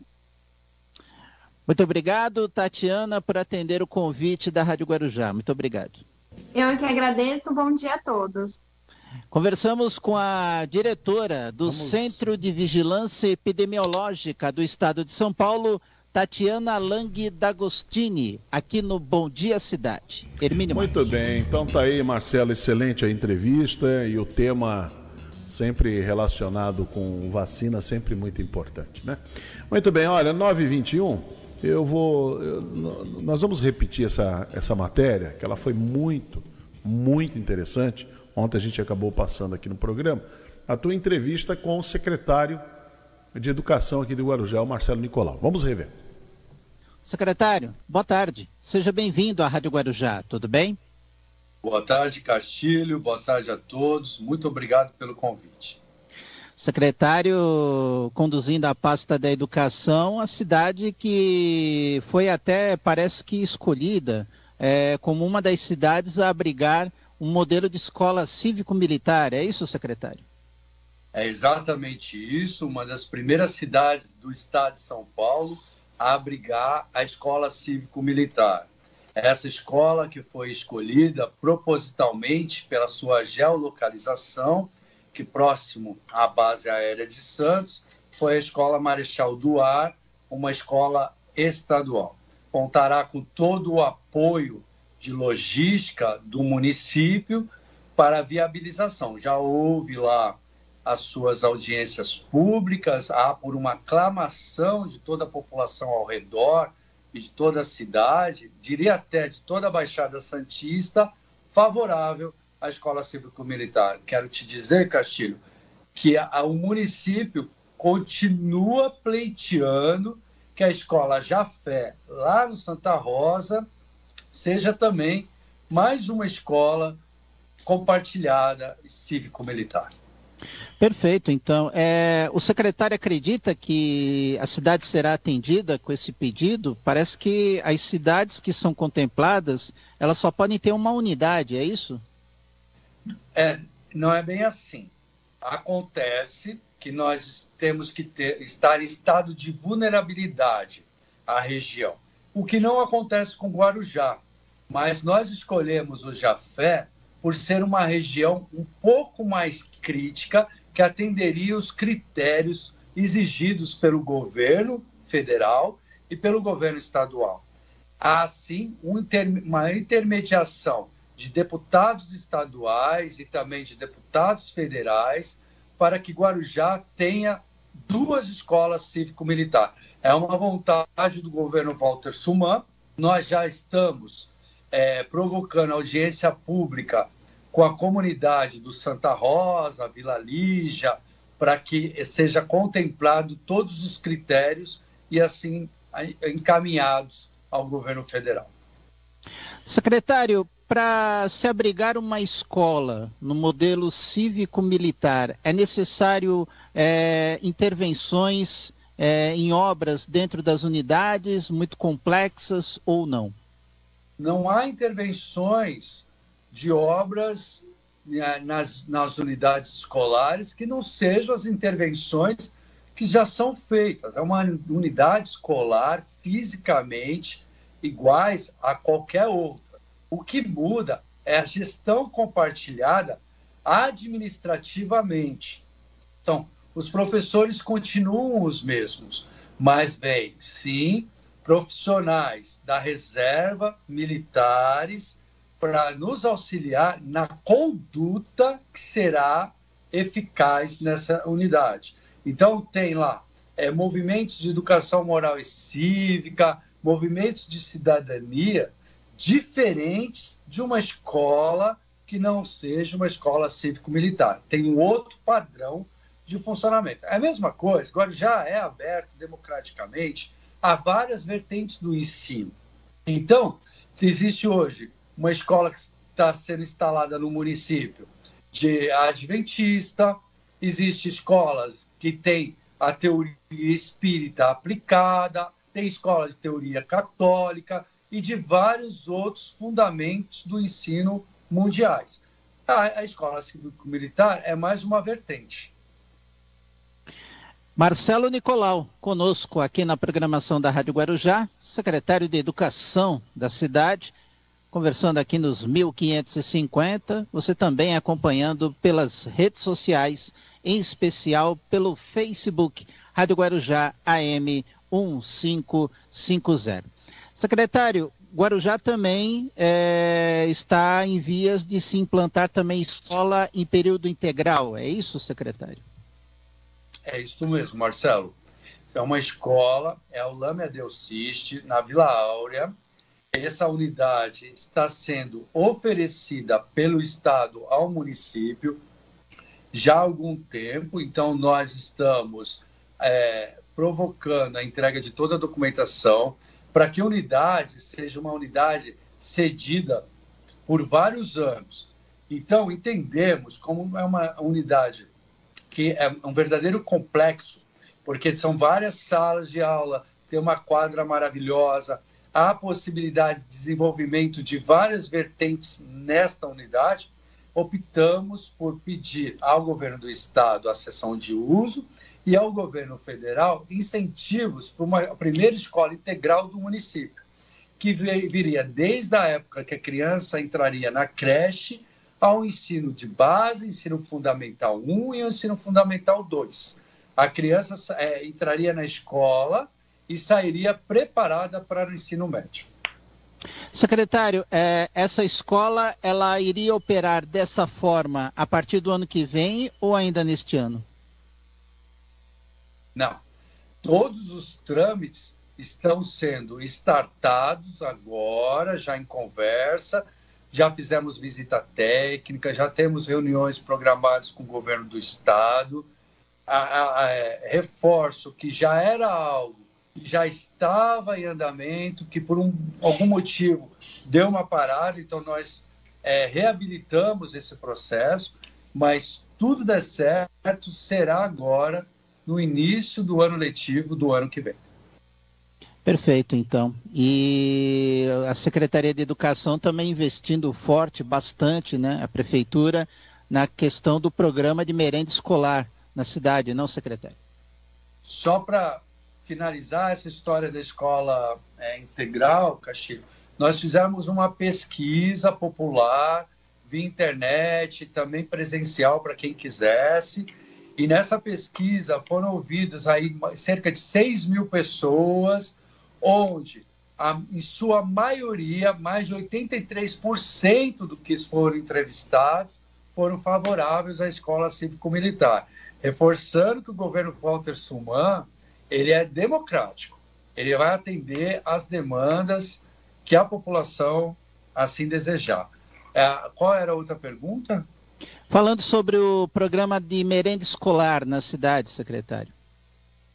Muito obrigado, Tatiana, por atender o convite da Rádio Guarujá. Muito obrigado. Eu que agradeço. Bom dia a todos. Conversamos com a diretora do Vamos... Centro de Vigilância Epidemiológica do Estado de São Paulo, Tatiana Lang D'Agostini, aqui no Bom Dia Cidade. Hermínio Muito Marques. bem, então tá aí, Marcelo, excelente a entrevista e o tema sempre relacionado com vacina, sempre muito importante, né? Muito bem, olha, nove e vinte e um, eu vou, eu, nós vamos repetir essa, essa matéria, que ela foi muito, muito interessante. Ontem a gente acabou passando aqui no programa a tua entrevista com o secretário de Educação aqui do Guarujá, o Marcelo Nicolau. Vamos rever. Secretário, boa tarde. Seja bem-vindo à Rádio Guarujá, tudo bem? Boa tarde, Castilho. Boa tarde a todos. Muito obrigado pelo convite. Secretário conduzindo a pasta da educação, a cidade que foi até, parece que escolhida é, como uma das cidades a abrigar um modelo de escola cívico-militar. É isso, secretário? É exatamente isso. Uma das primeiras cidades do estado de São Paulo a abrigar a escola cívico-militar. Essa escola que foi escolhida propositalmente pela sua geolocalização, que próximo à base aérea de Santos, foi a Escola Marechal Duarte, uma escola estadual. Contará com todo o apoio de logística do município para a viabilização. Já houve lá as suas audiências públicas, há por uma aclamação de toda a população ao redor e de toda a cidade, diria até de toda a Baixada Santista, favorável à Escola Cívico-Militar. Quero te dizer, Castilho, que a, o município continua pleiteando que a Escola Jafé, lá no Santa Rosa, seja também mais uma escola compartilhada cívico-militar. Perfeito, então. É, o secretário acredita que a cidade será atendida com esse pedido? Parece que as cidades que são contempladas, elas só podem ter uma unidade, é isso? É, não é bem assim. Acontece que nós temos que ter, estar em estado de vulnerabilidade a região, o que não acontece com Guarujá, mas nós escolhemos o Jafé por ser uma região um pouco mais crítica, que atenderia os critérios exigidos pelo governo federal e pelo governo estadual. Há, sim, um inter... uma intermediação de deputados estaduais e também de deputados federais para que Guarujá tenha duas escolas cívico-militar. É uma vontade do governo Walter Suman. Nós já estamos é, provocando audiência pública com a comunidade do Santa Rosa, Vila Lígia, para que seja contemplado todos os critérios e assim encaminhados ao governo federal. Secretário, para se abrigar uma escola no modelo cívico-militar, é necessário é, intervenções é, em obras dentro das unidades, muito complexas ou não? Não há intervenções de obras nas, nas unidades escolares que não sejam as intervenções que já são feitas. É uma unidade escolar fisicamente iguais a qualquer outra. O que muda é a gestão compartilhada administrativamente. Então, os professores continuam os mesmos, mas vem, sim, profissionais da reserva, militares, para nos auxiliar na conduta que será eficaz nessa unidade. Então, tem lá é, movimentos de educação moral e cívica, movimentos de cidadania diferentes de uma escola que não seja uma escola cívico-militar. Tem um outro padrão de funcionamento. É a mesma coisa, agora já é aberto democraticamente a várias vertentes do ensino. Então, existe hoje uma escola que está sendo instalada no município de adventista, existem escolas que têm a teoria espírita aplicada, tem escola de teoria católica e de vários outros fundamentos do ensino mundiais. A, a escola cívico-militar é mais uma vertente. Marcelo Nicolau, conosco aqui na programação da Rádio Guarujá, secretário de Educação da cidade, conversando aqui nos mil quinhentos e cinquenta, você também acompanhando pelas redes sociais, em especial pelo Facebook, Rádio Guarujá A M quinhentos e cinquenta. Secretário, Guarujá também é, está em vias de se implantar também escola em período integral, é isso, secretário? É isso mesmo, Marcelo. É uma escola, é o Lame Adelciste, na Vila Áurea. Essa unidade está sendo oferecida pelo Estado ao município já há algum tempo, então nós estamos é, provocando a entrega de toda a documentação para que a unidade seja uma unidade cedida por vários anos. Então, entendemos como é uma unidade que é um verdadeiro complexo, porque são várias salas de aula, tem uma quadra maravilhosa, há possibilidade de desenvolvimento de várias vertentes nesta unidade. Optamos por pedir ao governo do estado a cessão de uso e ao governo federal incentivos para uma primeira escola integral do município, que viria desde a época que a criança entraria na creche ao ensino de base, ensino fundamental um e ensino fundamental dois. A criança é, entraria na escola e sairia preparada para o ensino médio. Secretário, é, essa escola ela iria operar dessa forma a partir do ano que vem ou ainda neste ano? Não. Todos os trâmites estão sendo startados agora, já em conversa, já fizemos visita técnica, já temos reuniões programadas com o governo do estado. A, a, a, reforço que já era algo que já estava em andamento, que por um, algum motivo deu uma parada, então nós é, reabilitamos esse processo, mas tudo der certo, será agora no início do ano letivo do ano que vem. Perfeito, então. E a Secretaria de Educação também investindo forte, bastante, né, a Prefeitura, na questão do programa de merenda escolar na cidade, não, secretário? Só para finalizar essa história da escola é, integral, Castilho, nós fizemos uma pesquisa popular via internet, também presencial para quem quisesse, e nessa pesquisa foram ouvidas aí cerca de seis mil pessoas, onde, a, em sua maioria, mais de oitenta e três por cento do que foram entrevistados foram favoráveis à escola cívico-militar, reforçando que o governo Walter Suman, ele é democrático, ele vai atender às demandas que a população assim desejar. É, qual era a outra pergunta? Falando sobre o programa de merenda escolar na cidade, secretário.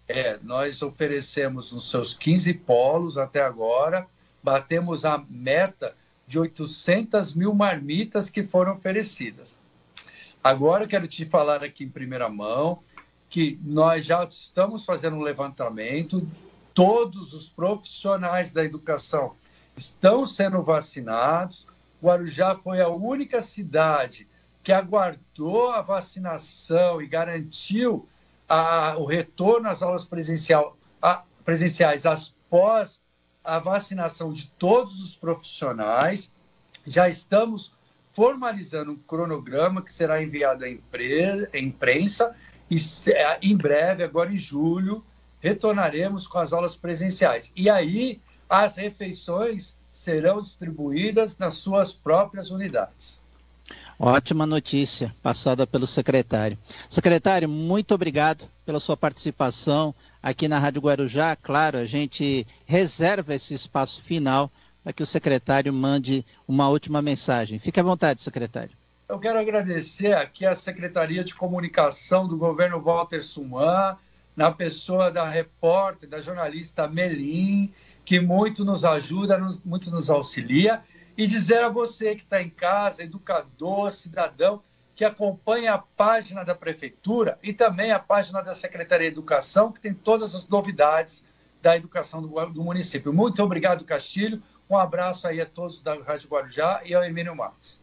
É, nós oferecemos nos seus quinze polos até agora, batemos a meta de oitocentas mil marmitas que foram oferecidas. Agora eu quero te falar aqui em primeira mão que nós já estamos fazendo um levantamento, todos os profissionais da educação estão sendo vacinados. Guarujá foi a única cidade que aguardou a vacinação e garantiu a, o retorno às aulas presencial, a, presenciais após a vacinação de todos os profissionais. Já estamos formalizando um cronograma que será enviado à impre, à imprensa e em breve, agora em julho, retornaremos com as aulas presenciais. E aí as refeições serão distribuídas nas suas próprias unidades. Ótima notícia passada pelo secretário. Secretário, muito obrigado pela sua participação aqui na Rádio Guarujá. Claro, a gente reserva esse espaço final para que o secretário mande uma última mensagem. Fique à vontade, secretário. Eu quero agradecer aqui a Secretaria de Comunicação do governo Walter Suman, na pessoa da repórter, da jornalista Melim, que muito nos ajuda, muito nos auxilia, e dizer a você que está em casa, educador, cidadão, que acompanha a página da Prefeitura e também a página da Secretaria de Educação, que tem todas as novidades da educação do, do município. Muito obrigado, Castilho. Um abraço aí a todos da Rádio Guarujá e ao Emílio Marques.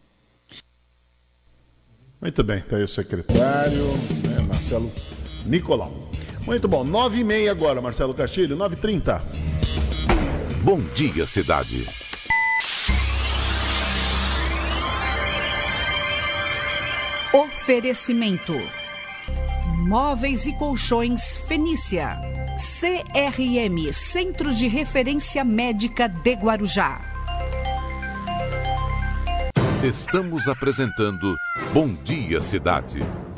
Muito bem, está aí o secretário, né, Marcelo Nicolau. Muito bom, nove e meia agora, Marcelo Castilho, nove e trinta. Bom dia, cidade. Oferecimento: Móveis e Colchões Fenícia. C R M, Centro de Referência Médica de Guarujá. Estamos apresentando Bom Dia, Cidade.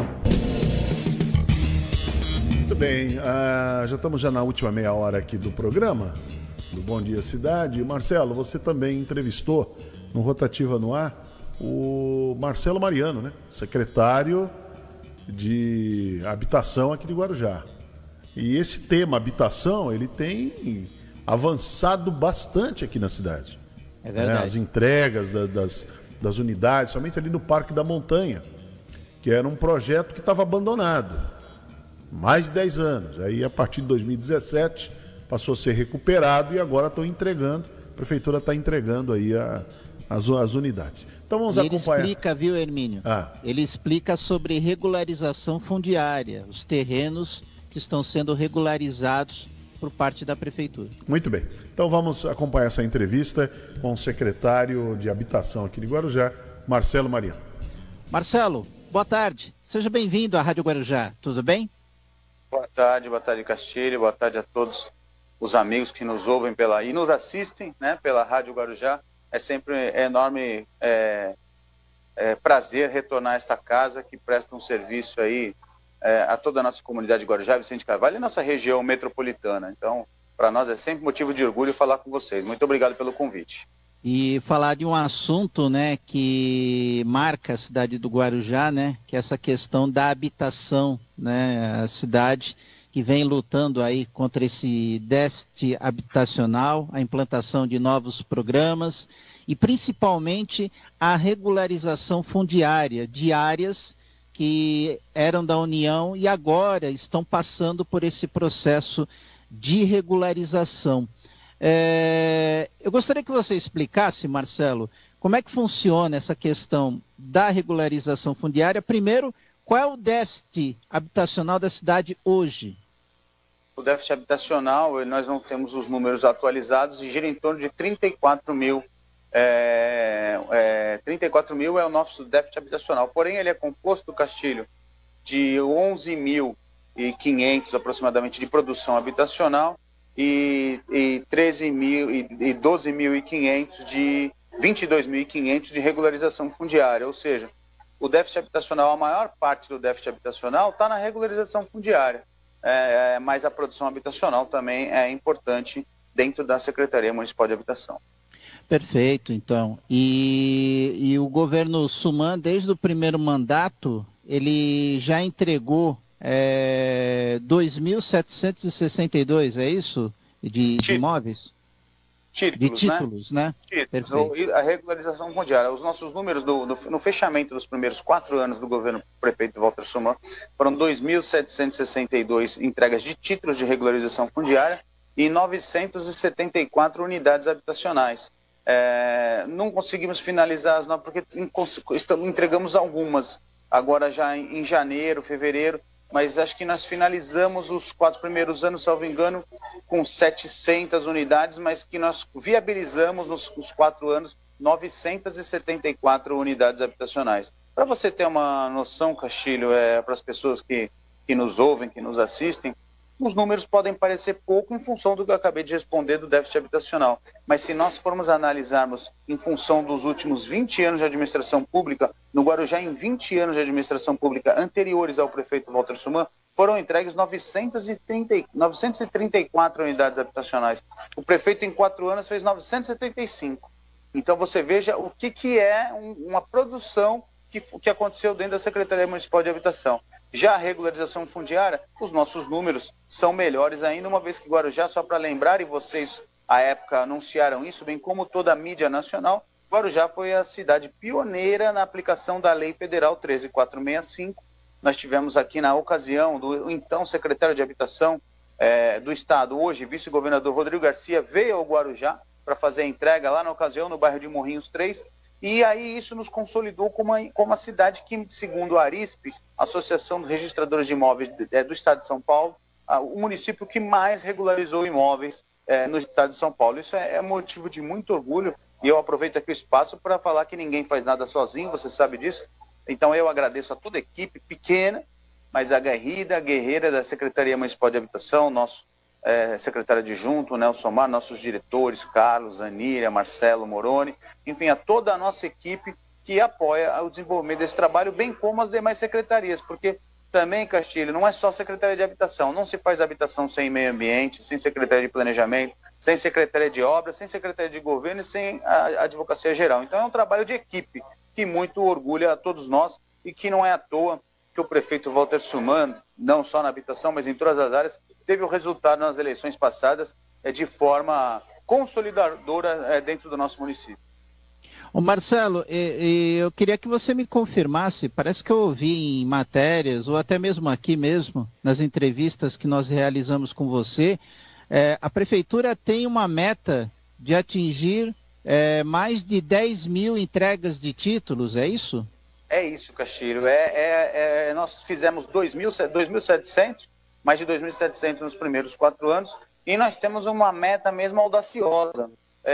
Muito bem, uh, já estamos já na última meia hora aqui do programa, do Bom Dia Cidade. Marcelo, você também entrevistou no Rotativa no Ar o Marcelo Mariano, né? Secretário de Habitação aqui de Guarujá. E esse tema, habitação, ele tem avançado bastante aqui na cidade. É verdade. Né? As entregas da, das, das unidades, somente ali no Parque da Montanha, que era um projeto que estava abandonado. Mais de dez anos. Aí, a partir de dois mil e dezessete, passou a ser recuperado e agora estão entregando, a Prefeitura está entregando aí a, as, as unidades. Então vamos e ele acompanhar. Ele explica, viu, Hermínio? Ah. Ele explica sobre regularização fundiária, os terrenos que estão sendo regularizados por parte da Prefeitura. Muito bem. Então vamos acompanhar essa entrevista com o secretário de Habitação aqui de Guarujá, Marcelo Mariano. Marcelo, boa tarde. Seja bem-vindo à Rádio Guarujá. Tudo bem? Boa tarde, boa tarde, Castilho. Boa tarde a todos os amigos que nos ouvem pela e nos assistem, né, pela Rádio Guarujá. É sempre enorme é, é, prazer retornar a esta casa que presta um serviço aí é, a toda a nossa comunidade de Guarujá, Vicente Carvalho e nossa região metropolitana. Então, para nós é sempre motivo de orgulho falar com vocês. Muito obrigado pelo convite. E falar de um assunto, né, que marca a cidade do Guarujá, né, que é essa questão da habitação, né, a cidade que vem lutando aí contra esse déficit habitacional, a implantação de novos programas e principalmente a regularização fundiária de áreas que eram da União e agora estão passando por esse processo de regularização. É, eu gostaria que você explicasse, Marcelo, como é que funciona essa questão da regularização fundiária. Primeiro, qual é o déficit habitacional da cidade hoje? O déficit habitacional, nós não temos os números atualizados, e gira em torno de trinta e quatro mil. É, é, trinta e quatro mil é o nosso déficit habitacional, porém ele é composto, Castilho, de onze mil e quinhentos aproximadamente de produção habitacional e, e treze mil e doze mil e quinhentos de vinte e dois mil e quinhentos de regularização fundiária, ou seja, o déficit habitacional, a maior parte do déficit habitacional está na regularização fundiária, é, mas a produção habitacional também é importante dentro da Secretaria Municipal de Habitação. Perfeito, então. E, e o governo Suman, desde o primeiro mandato, ele já entregou é, dois mil setecentos e sessenta e dois, é isso? De, de imóveis? Títulos, de títulos, né? né? Títulos, a regularização fundiária. Os nossos números do, do, no fechamento dos primeiros quatro anos do governo do prefeito Walter Suman foram dois mil setecentos e sessenta e dois entregas de títulos de regularização fundiária e novecentos e setenta e quatro unidades habitacionais. É, não conseguimos finalizar as novas, porque entregamos algumas, agora já em, em janeiro, fevereiro, mas acho que nós finalizamos os quatro primeiros anos, salvo engano, com setecentas unidades, mas que nós viabilizamos nos, nos quatro anos novecentos e setenta e quatro unidades habitacionais. Para você ter uma noção, Castilho, é, para as pessoas que, que nos ouvem, que nos assistem, os números podem parecer pouco em função do que eu acabei de responder do déficit habitacional, mas se nós formos analisarmos em função dos últimos vinte anos de administração pública, no Guarujá, em vinte anos de administração pública anteriores ao prefeito Walter Suman, foram entregues novecentos e trinta e quatro unidades habitacionais. O prefeito, em quatro anos, fez novecentos e setenta e cinco. Então, você veja o que, que é um, uma produção que, que aconteceu dentro da Secretaria Municipal de Habitação. Já a regularização fundiária, os nossos números são melhores ainda, uma vez que Guarujá, só para lembrar, e vocês, à época, anunciaram isso, bem como toda a mídia nacional, Guarujá foi a cidade pioneira na aplicação da Lei Federal treze mil quatrocentos e sessenta e cinco. Nós tivemos aqui, na ocasião, do então secretário de Habitação eh, do Estado, hoje vice-governador Rodrigo Garcia, veio ao Guarujá para fazer a entrega lá na ocasião, no bairro de Morrinhos três, e aí isso nos consolidou como a, como a cidade que, segundo a Arisp, Associação dos Registradores de Imóveis do Estado de São Paulo, o município que mais regularizou imóveis eh, no Estado de São Paulo. Isso é, é motivo de muito orgulho, e eu aproveito aqui o espaço para falar que ninguém faz nada sozinho, você sabe disso. Então eu agradeço a toda a equipe pequena, mas aguerrida, guerreira da Secretaria Municipal de Habitação, nosso é, secretário adjunto, Nelson Mar, nossos diretores, Carlos, Anília, Marcelo, Moroni, enfim, a toda a nossa equipe que apoia o desenvolvimento desse trabalho, bem como as demais secretarias, porque também, Castilho, não é só Secretaria de Habitação, não se faz habitação sem meio ambiente, sem Secretaria de Planejamento, sem Secretaria de Obras, sem Secretaria de Governo e sem a Advocacia Geral. Então é um trabalho de equipe, que muito orgulha a todos nós e que não é à toa que o prefeito Walter Suman, não só na habitação, mas em todas as áreas, teve o resultado nas eleições passadas é, de forma consolidadora é, dentro do nosso município. Ô Marcelo, e, e eu queria que você me confirmasse, parece que eu ouvi em matérias, ou até mesmo aqui mesmo, nas entrevistas que nós realizamos com você, é, a Prefeitura tem uma meta de atingir É, mais de dez mil entregas de títulos, é isso? É isso, Castilho. É, é, é, nós fizemos dois mil e setecentos, mais de dois mil e setecentos nos primeiros quatro anos, e nós temos uma meta mesmo audaciosa.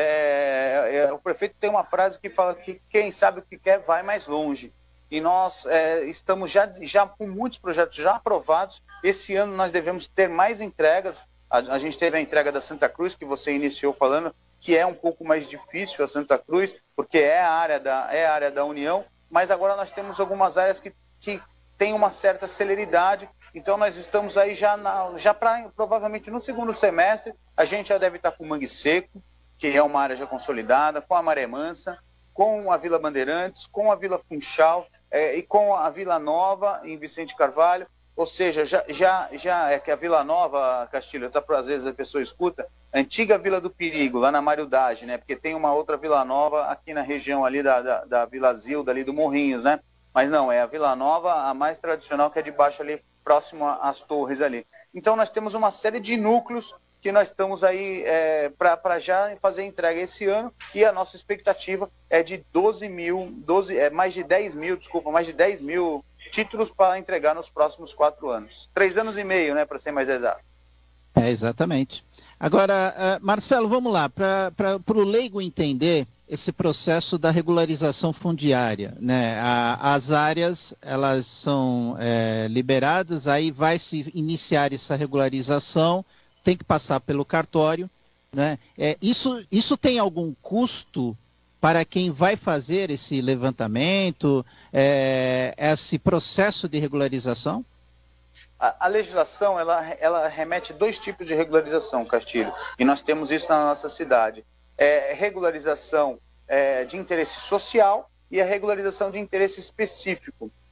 É, é, o prefeito tem uma frase que fala que quem sabe o que quer vai mais longe. E nós é, estamos já, já com muitos projetos já aprovados. Esse ano nós devemos ter mais entregas. A, a gente teve a entrega da Santa Cruz, que você iniciou falando, que é um pouco mais difícil a Santa Cruz, porque é a área da, é a área da União, mas agora nós temos algumas áreas que, que têm uma certa celeridade, então nós estamos aí já, na, já pra, provavelmente no segundo semestre, a gente já deve estar com o Mangue Seco, que é uma área já consolidada, com a Maré Mansa, com a Vila Bandeirantes, com a Vila Funchal é, e com a Vila Nova, em Vicente Carvalho, ou seja, já, já, já é que a Vila Nova, Castilho, até às vezes a pessoa escuta, a antiga Vila do Perigo, lá na Mário Dage, né? Porque tem uma outra Vila Nova aqui na região ali da, da, da Vila Zilda, ali do Morrinhos, né? Mas não, é a Vila Nova, a mais tradicional, que é de baixo ali, próximo às torres ali. Então nós temos uma série de núcleos que nós estamos aí é, para já fazer a entrega esse ano, e a nossa expectativa é de doze mil, doze, é, mais de dez mil, desculpa, mais de dez mil títulos para entregar nos próximos quatro anos. Três anos e meio, né, para ser mais exato. É, exatamente. Agora, uh, Marcelo, vamos lá, para o leigo entender esse processo da regularização fundiária, né? A, as áreas, elas são é, liberadas, aí vai se iniciar essa regularização, tem que passar pelo cartório, né? É, isso, isso tem algum custo para quem vai fazer esse levantamento, é, esse processo de regularização? A, a legislação, ela, ela remete dois tipos de regularização, Castilho, e nós temos isso na nossa cidade. É, regularização é, de interesse social e a regularização de interesse específico.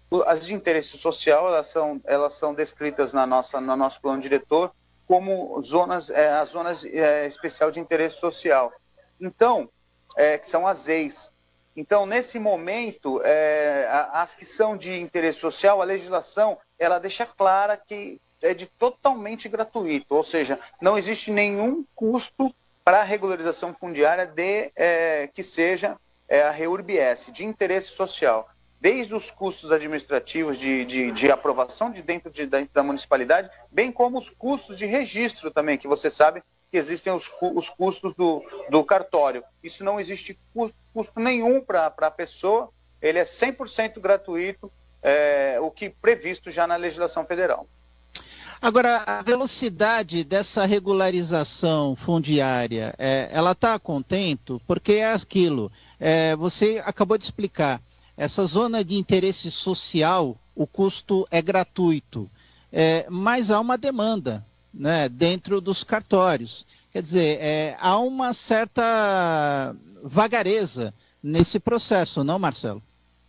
As de interesse social, elas são, elas são descritas na nossa, no nosso plano diretor como zonas, é, as zonas é, especial de interesse social. Então, é, que são as E Is. Então, nesse momento, é, as que são de interesse social, a legislação, ela deixa clara que é de totalmente gratuito, ou seja, não existe nenhum custo para a regularização fundiária de, é, que seja é, a REURB-S, de interesse social. Desde os custos administrativos de, de, de aprovação de dentro de, da, da municipalidade, bem como os custos de registro também, que você sabe que existem os, os custos do, do cartório. Isso não existe custo, custo nenhum para a pessoa, ele é cem por cento gratuito, é, o que previsto já na legislação federal. Agora, a velocidade dessa regularização fundiária, é, ela está a contento? Porque é aquilo, é, você acabou de explicar, essa zona de interesse social, o custo é gratuito, é, mas há uma demanda, né, dentro dos cartórios. Quer dizer, é, há uma certa vagareza nesse processo, não, Marcelo?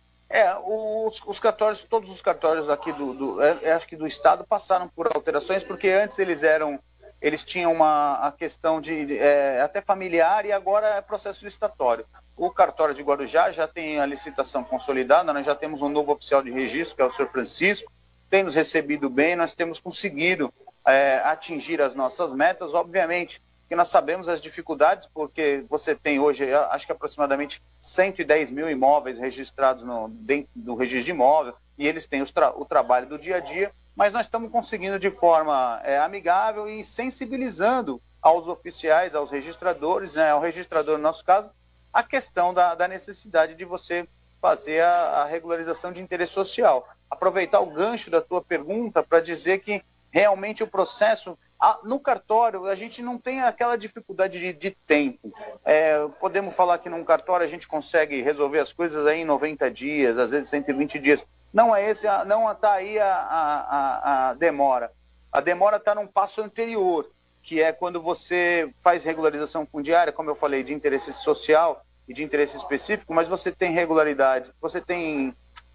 É, os, os cartórios, todos os cartórios aqui do, do é, acho que do estado passaram por alterações, porque antes eles eram, eles tinham uma a questão de, de é, até familiar, e agora é processo licitatório. O cartório de Guarujá já tem a licitação consolidada, nós já temos um novo oficial de registro, que é o senhor Francisco, tem nos recebido bem, nós temos conseguido é, atingir as nossas metas, obviamente que nós sabemos as dificuldades, porque você tem hoje, acho que aproximadamente cento e dez mil imóveis registrados no, dentro do registro de imóvel, e eles têm os tra o trabalho do dia a dia, mas nós estamos conseguindo de forma é, amigável e sensibilizando aos oficiais, aos registradores, né, ao registrador no nosso caso, a questão da, da necessidade de você fazer a, a regularização de interesse social. Aproveitar o gancho da tua pergunta para dizer que realmente o processo, a, no cartório, a gente não tem aquela dificuldade de, de tempo. É, podemos falar que num cartório a gente consegue resolver as coisas aí em noventa dias, às vezes cento e vinte dias. Não é esse, não está aí a, a, a demora. A demora está num passo anterior, que é quando você faz regularização fundiária, como eu falei, de interesse social e de interesse específico, mas você tem regularidade, você tem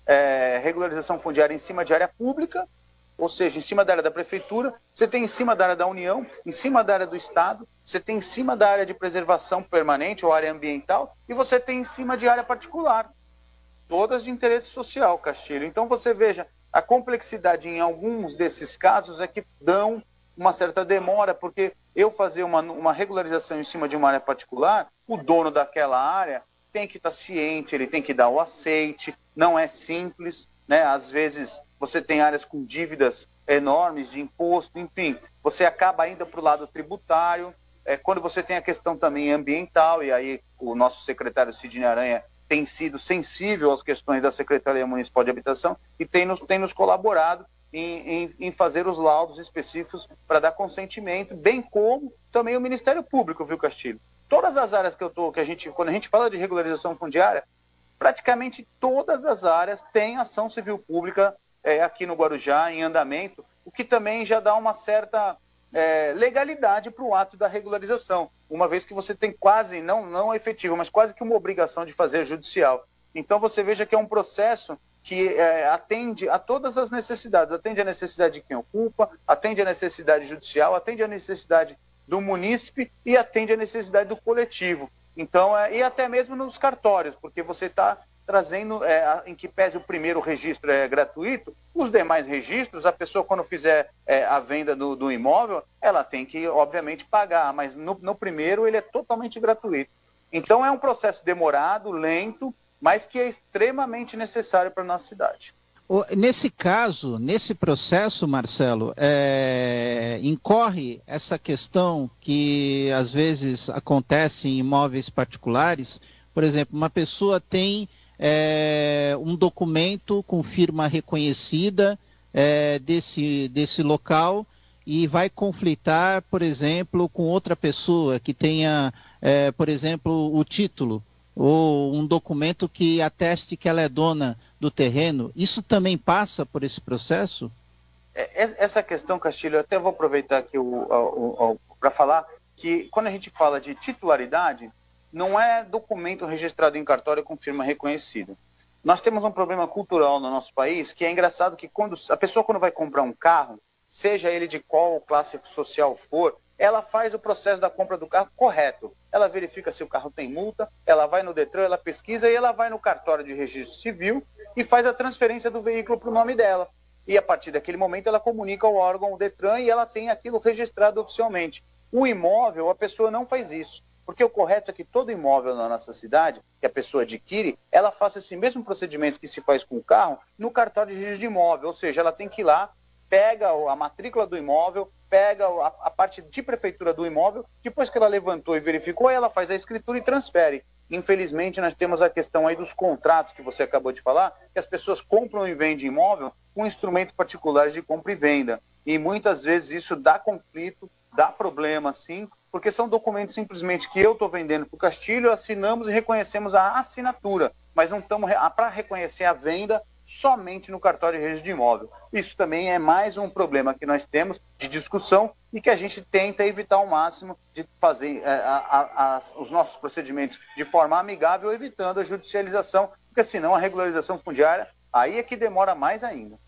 é, regularização fundiária em cima de área pública, ou seja, em cima da área da prefeitura, você tem em cima da área da União, em cima da área do Estado, você tem em cima da área de preservação permanente ou área ambiental, e você tem em cima de área particular, todas de interesse social, Castilho. Então você veja, a complexidade em alguns desses casos é que dão uma certa demora, porque eu fazer uma, uma regularização em cima de uma área particular, o dono daquela área tem que estar ciente, ele tem que dar o aceite, não é simples, né? Às vezes você tem áreas com dívidas enormes de imposto, enfim, você acaba indo para o lado tributário, é, quando você tem a questão também ambiental, e aí o nosso secretário Sidney Aranha tem sido sensível às questões da Secretaria Municipal de Habitação e tem nos, tem nos colaborado Em, em, em fazer os laudos específicos para dar consentimento, bem como também o Ministério Público, viu, Castilho? Todas as áreas que eu tô, que a gente, quando a gente fala de regularização fundiária, praticamente todas as áreas têm ação civil pública é, aqui no Guarujá, em andamento, o que também já dá uma certa é, legalidade para o ato da regularização, uma vez que você tem quase, não, não efetivo, mas quase que uma obrigação de fazer judicial. Então você veja que é um processo que é, atende a todas as necessidades, atende a necessidade de quem ocupa, atende a necessidade judicial, atende a necessidade do munícipe e atende a necessidade do coletivo. Então, é, e até mesmo nos cartórios, porque você está trazendo, é, em que pese o primeiro registro é gratuito, os demais registros, a pessoa quando fizer é, a venda do, do imóvel, ela tem que, obviamente, pagar, mas no, no primeiro ele é totalmente gratuito. Então, é um processo demorado, lento, mas que é extremamente necessário para a nossa cidade. Nesse caso, nesse processo, Marcelo, é, incorre essa questão que às vezes acontece em imóveis particulares. Por exemplo, uma pessoa tem é, um documento com firma reconhecida é, desse, desse local e vai conflitar, por exemplo, com outra pessoa que tenha, é, por exemplo, o título ou um documento que ateste que ela é dona do terreno. Isso também passa por esse processo? Essa questão, Castilho, eu até vou aproveitar aqui para falar que quando a gente fala de titularidade, não é documento registrado em cartório com firma reconhecida. nós temos um problema cultural no nosso país, que é engraçado que quando a pessoa quando vai comprar um carro, seja ele de qual classe social for, ela faz o processo da compra do carro correto. Ela verifica se o carro tem multa, ela vai no Detran, ela pesquisa e ela vai no cartório de registro civil e faz a transferência do veículo para o nome dela. E a partir daquele momento ela comunica ao órgão, o Detran, e ela tem aquilo registrado oficialmente. O imóvel, a pessoa não faz isso. Porque o correto é que todo imóvel na nossa cidade, que a pessoa adquire, ela faça esse mesmo procedimento que se faz com o carro no cartório de registro de imóvel. Ou seja, ela tem que ir lá, pega a matrícula do imóvel, pega a, a parte de prefeitura do imóvel, depois que ela levantou e verificou, ela faz a escritura e transfere. Infelizmente, nós temos a questão aí dos contratos que você acabou de falar, que as pessoas compram e vendem imóvel com instrumentos particulares de compra e venda. E muitas vezes isso dá conflito, dá problema, sim, porque são documentos simplesmente que eu estou vendendo para o Castilho, assinamos e reconhecemos a assinatura, mas não estamos para reconhecer a venda somente no cartório de registro de imóvel. Isso também é mais um problema que nós temos de discussão e que a gente tenta evitar ao máximo de fazer é, a, a, a, os nossos procedimentos de forma amigável, evitando a judicialização, porque senão a regularização fundiária aí é que demora mais ainda.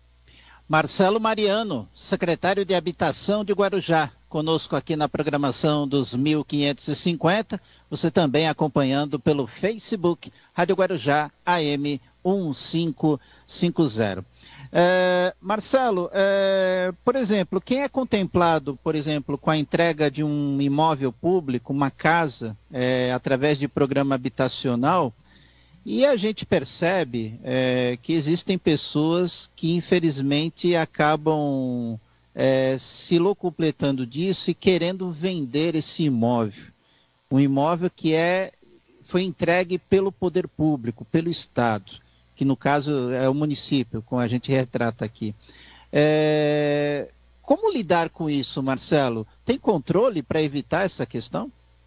Marcelo Mariano, secretário de Habitação de Guarujá, conosco aqui na programação dos mil quinhentos e cinquenta, você também acompanhando pelo Facebook, Rádio Guarujá A M quinhentos e cinquenta. É, Marcelo, é, por exemplo, quem é contemplado, por exemplo, com a entrega de um imóvel público, uma casa, é, através de programa habitacional, e a gente percebe é, que existem pessoas que infelizmente acabam é, se locupletando disso e querendo vender esse imóvel. Um imóvel que é, foi entregue pelo poder público, pelo Estado, que no caso é o município, como a gente retrata aqui. É, como lidar com isso, Marcelo? Tem controle para evitar essa questão?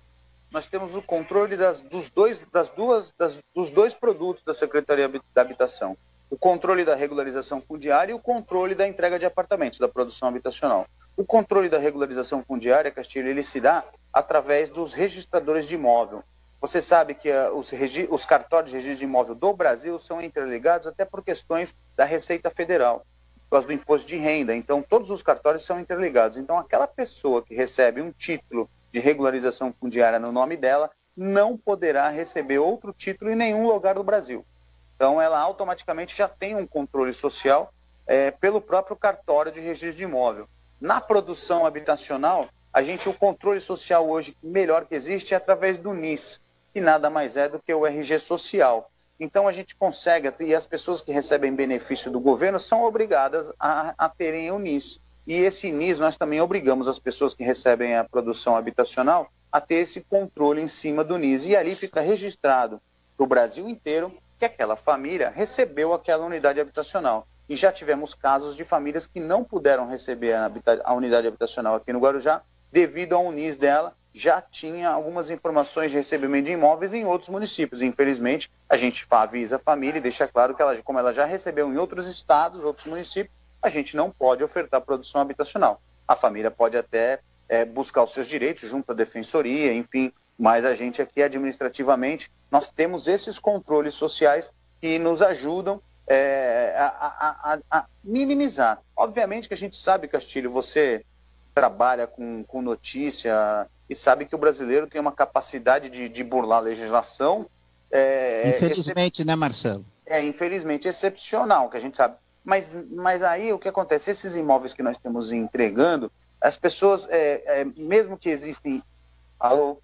Nós temos o controle das, dos, dois, das duas, das, dos dois produtos da Secretaria da Habitação. O controle da regularização fundiária e o controle da entrega de apartamentos, da produção habitacional. O controle da regularização fundiária, Castilho, ele se dá através dos registradores de imóvel. Você sabe que uh, os, regi- os cartórios de registro de imóvel do Brasil são interligados até por questões da Receita Federal, por causa do imposto de renda. Então, todos os cartórios são interligados. Então, aquela pessoa que recebe um título de regularização fundiária no nome dela, não poderá receber outro título em nenhum lugar do Brasil. Então, ela automaticamente já tem um controle social é, pelo próprio cartório de registro de imóvel. Na produção habitacional, a gente, o controle social hoje melhor que existe é através do N I S, que nada mais é do que o R G social. Então, a gente consegue, e as pessoas que recebem benefício do governo são obrigadas a, a terem o N I S. E esse N I S, nós também obrigamos as pessoas que recebem a produção habitacional a ter esse controle em cima do N I S. E ali fica registrado para o Brasil inteiro que aquela família recebeu aquela unidade habitacional. E já tivemos casos de famílias que não puderam receber a, habita- a unidade habitacional aqui no Guarujá, devido ao N I S dela, já tinha algumas informações de recebimento de imóveis em outros municípios. Infelizmente, a gente avisa a família e deixa claro que, ela, como ela já recebeu em outros estados, outros municípios, a gente não pode ofertar produção habitacional. A família pode até é, buscar os seus direitos junto à defensoria, enfim, mas a gente aqui administrativamente, nós temos esses controles sociais que nos ajudam é, a, a, a, a minimizar. Obviamente que a gente sabe, Castilho, você trabalha com, com notícia e sabe que o brasileiro tem uma capacidade de, de burlar a legislação. É, infelizmente, excep... né, Marcelo? É, infelizmente, excepcional, que a gente sabe. Mas, mas aí o que acontece? Esses imóveis que nós estamos entregando, as pessoas, é, é, mesmo que existem... Alô?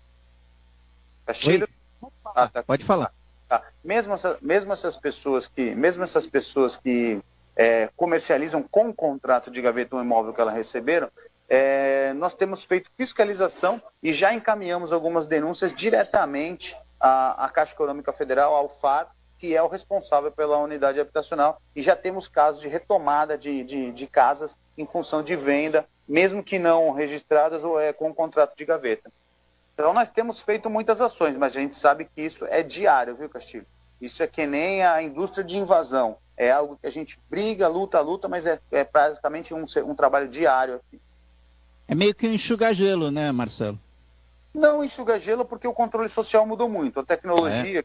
Oi? Ah, tá. Pode falar. Tá. Mesmo, essa, mesmo essas pessoas que, mesmo essas pessoas que é, comercializam com contrato de gaveta um imóvel que elas receberam, é, nós temos feito fiscalização e já encaminhamos algumas denúncias diretamente à, à Caixa Econômica Federal, ao F A R, que é o responsável pela unidade habitacional, e já temos casos de retomada de, de, de casas em função de venda, mesmo que não registradas ou é, com contrato de gaveta. Então nós temos feito muitas ações, mas a gente sabe que isso é diário, viu, Castilho? Isso é que nem a indústria de invasão, é algo que a gente briga, luta, luta, mas é, é praticamente um, um trabalho diário aqui. É meio que um enxuga-gelo, né, Marcelo? Não enxuga-gelo porque o controle social mudou muito, a tecnologia... É.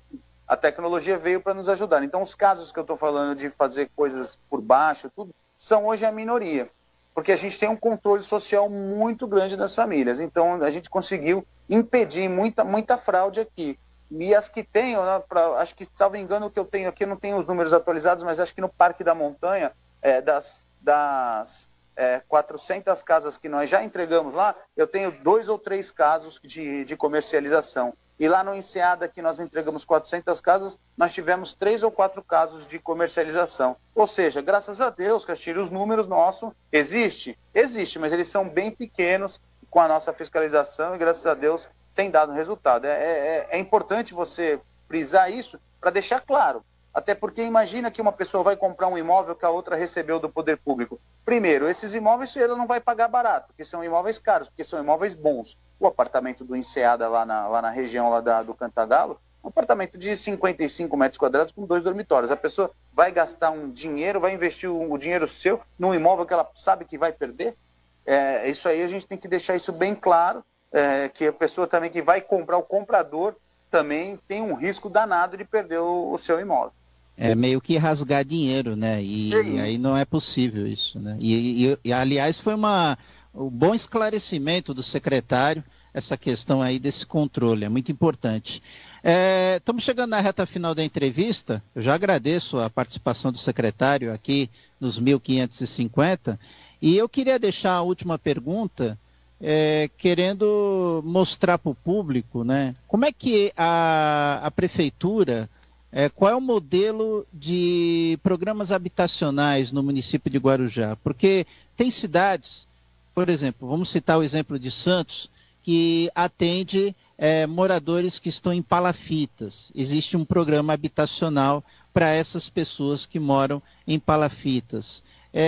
a tecnologia veio para nos ajudar. Então, os casos que eu estou falando de fazer coisas por baixo, tudo, são hoje a minoria, porque a gente tem um controle social muito grande das famílias. Então, a gente conseguiu impedir muita, muita fraude aqui. E as que tenho, né, pra, acho que, salvo engano, o que eu tenho aqui, eu não tenho os números atualizados, mas acho que no Parque da Montanha, é, das, das é, quatrocentas casas que nós já entregamos lá, eu tenho dois ou três casos de, de comercialização. E lá no Enseada, que nós entregamos quatrocentas casas, nós tivemos três ou quatro casos de comercialização. Ou seja, graças a Deus, Castilho, os números nossos existem? Existe, mas eles são bem pequenos com a nossa fiscalização e, graças a Deus, tem dado resultado. É, é, é importante você frisar isso para deixar claro. Até porque imagina que uma pessoa vai comprar um imóvel que a outra recebeu do poder público. Primeiro, esses imóveis ela não vai pagar barato, porque são imóveis caros, porque são imóveis bons. O apartamento do Enseada lá na, lá na região lá da, do Cantagalo, um apartamento de cinquenta e cinco metros quadrados com dois dormitórios. A pessoa vai gastar um dinheiro, vai investir o, o dinheiro seu num imóvel que ela sabe que vai perder? É, isso aí a gente tem que deixar isso bem claro, é, que a pessoa também que vai comprar, o comprador também tem um risco danado de perder o, o seu imóvel. É meio que rasgar dinheiro, né? E, e aí não é possível isso, né? E, e, e aliás, foi uma, um bom esclarecimento do secretário, essa questão aí desse controle, é muito importante. É, estamos chegando na reta final da entrevista, eu já agradeço a participação do secretário aqui nos mil quinhentos e cinquenta, e eu queria deixar a última pergunta, é, querendo mostrar para o público, né? Como é que a, a prefeitura... É, qual é o modelo de programas habitacionais no município de Guarujá? Porque tem cidades, por exemplo, vamos citar o exemplo de Santos, que atende é, moradores que estão em palafitas. Existe um programa habitacional para essas pessoas que moram em palafitas.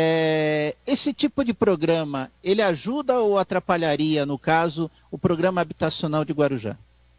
É, esse tipo de programa, ele ajuda ou atrapalharia, no caso, o programa habitacional de Guarujá?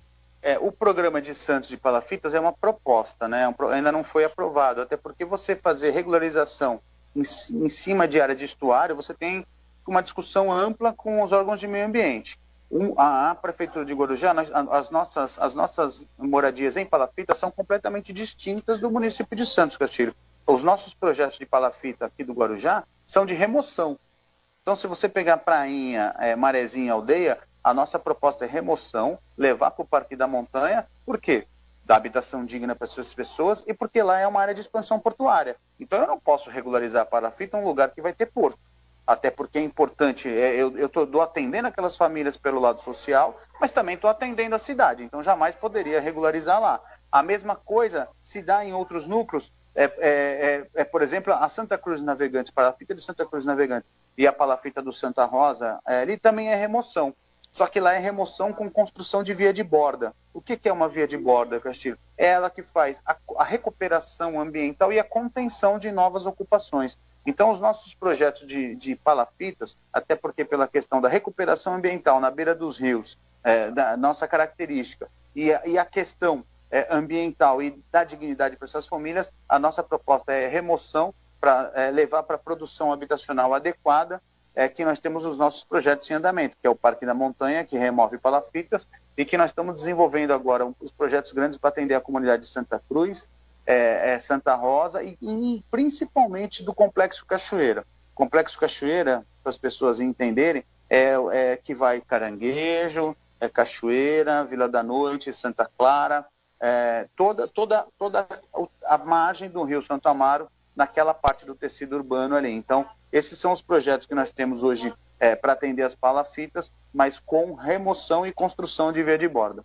É, o programa de Santos de Palafitas é uma proposta, né? Um, ainda não foi aprovado, até porque você fazer regularização em, em cima de área de estuário, você tem uma discussão ampla com os órgãos de meio ambiente. Um, a, a Prefeitura de Guarujá, nós, as, nossas, as nossas moradias em Palafitas são completamente distintas do município de Santos, Castilho. Os nossos projetos de palafita aqui do Guarujá são de remoção. Então, se você pegar Prainha, é, Marezinha, Aldeia, a nossa proposta é remoção, levar para o Parque da Montanha, por quê? Dá habitação digna para essas pessoas e porque lá é uma área de expansão portuária. Então eu não posso regularizar a palafita em um lugar que vai ter porto. Até porque é importante, é, eu estou atendendo aquelas famílias pelo lado social, mas também estou atendendo a cidade, então jamais poderia regularizar lá. A mesma coisa se dá em outros núcleos, é, é, é, é por exemplo, a Santa Cruz Navegantes, a palafita de Santa Cruz Navegantes e a palafita do Santa Rosa, é, ali também é remoção. Só que lá é remoção com construção de via de borda. O que, que é uma via de borda, Castilho? É ela que faz a, a recuperação ambiental e a contenção de novas ocupações. Então, os nossos projetos de, de palafitas, até porque pela questão da recuperação ambiental na beira dos rios, é, da nossa característica, e a, e a questão é, ambiental e da dignidade para essas famílias, a nossa proposta é remoção para é, levar para a produção habitacional adequada, é que nós temos os nossos projetos em andamento, que é o Parque da Montanha, que remove palafitas, e que nós estamos desenvolvendo agora os projetos grandes para atender a comunidade de Santa Cruz, é, é, Santa Rosa e, e principalmente do Complexo Cachoeira. O Complexo Cachoeira, para as pessoas entenderem, é, é que vai Caranguejo, é Cachoeira, Vila da Noite, Santa Clara, é, toda, toda, toda a margem do Rio Santo Amaro, naquela parte do tecido urbano ali. Então, esses são os projetos que nós temos hoje é, para atender as palafitas, mas com remoção e construção de via de borda.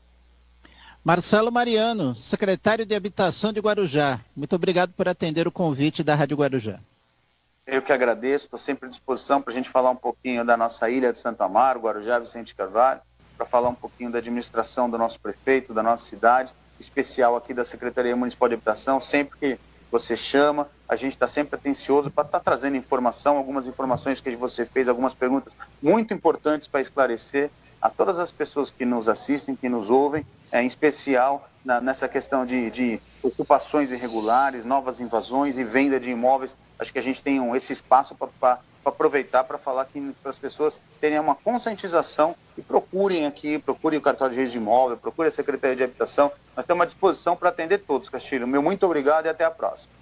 Marcelo Mariano, secretário de Habitação de Guarujá, muito obrigado por atender o convite da Rádio Guarujá. Eu que agradeço, estou sempre à disposição para a gente falar um pouquinho da nossa ilha de Santo Amaro, Guarujá, Vicente Carvalho, para falar um pouquinho da administração do nosso prefeito, da nossa cidade, especial aqui da Secretaria Municipal de Habitação, sempre que você chama, a gente está sempre atencioso para estar tá trazendo informação, algumas informações que você fez, algumas perguntas muito importantes para esclarecer a todas as pessoas que nos assistem, que nos ouvem, é, em especial na, nessa questão de, de ocupações irregulares, novas invasões e venda de imóveis. Acho que a gente tem um, esse espaço para aproveitar para falar aqui para as pessoas terem uma conscientização e procurem aqui, procurem o cartório de registro de imóvel, procurem a Secretaria de Habitação. Nós temos à disposição para atender todos, Castilho. Meu muito obrigado e até a próxima.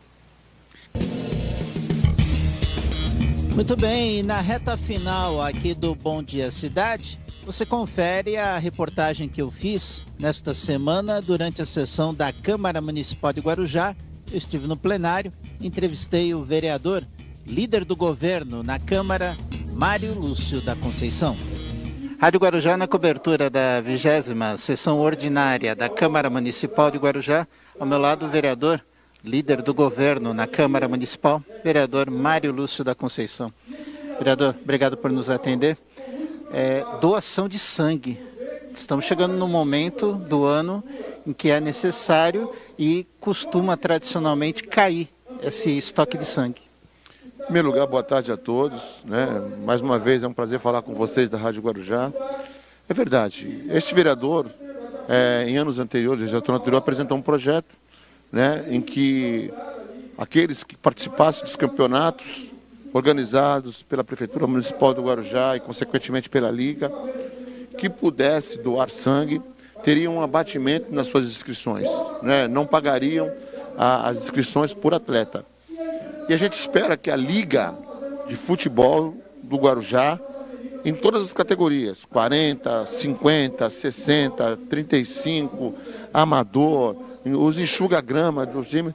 Muito bem, e na reta final aqui do Bom Dia Cidade, você confere a reportagem que eu fiz nesta semana durante a sessão da Câmara Municipal de Guarujá. Eu estive no plenário, entrevistei o vereador, líder do governo na Câmara, Mário Lúcio da Conceição. Rádio Guarujá na cobertura da vigésima sessão ordinária da Câmara Municipal de Guarujá. Ao meu lado, o vereador, líder do governo na Câmara Municipal, vereador Mário Lúcio da Conceição. Vereador, obrigado por nos atender. É, doação de sangue. Estamos chegando no momento do ano em que é necessário e costuma tradicionalmente cair esse estoque de sangue. Em primeiro lugar, boa tarde a todos, né? Mais uma vez é um prazer falar com vocês da Rádio Guarujá. É verdade, este vereador, é, em anos anteriores, legislatura anterior, apresentou um projeto, né, em que aqueles que participassem dos campeonatos organizados pela Prefeitura Municipal do Guarujá e, consequentemente, pela Liga, que pudesse doar sangue, teriam um abatimento nas suas inscrições, né? Não pagariam a, as inscrições por atleta. E a gente espera que a Liga de Futebol do Guarujá, em todas as categorias, quarenta, cinquenta, sessenta, trinta e cinco, amador, os enxuga-grama dos times,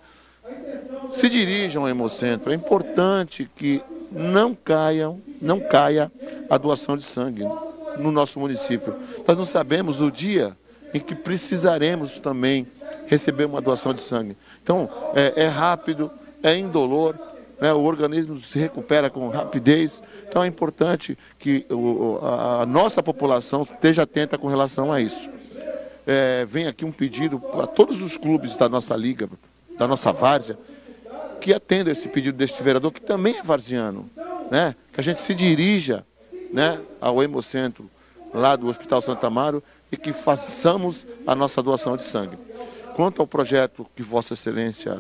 se dirijam ao Hemocentro. É importante que não caiam, não caia a doação de sangue no nosso município. Nós não sabemos o dia em que precisaremos também receber uma doação de sangue. Então, é, é rápido, é indolor, né? O organismo se recupera com rapidez. Então, é importante que o, a, a nossa população esteja atenta com relação a isso. É, vem aqui um pedido a todos os clubes da nossa liga, da nossa várzea, que atendam esse pedido deste vereador, que também é varziano, né? Que a gente se dirija, né, ao Hemocentro lá do Hospital Santo Amaro e que façamos a nossa doação de sangue. Quanto ao projeto que Vossa Excelência,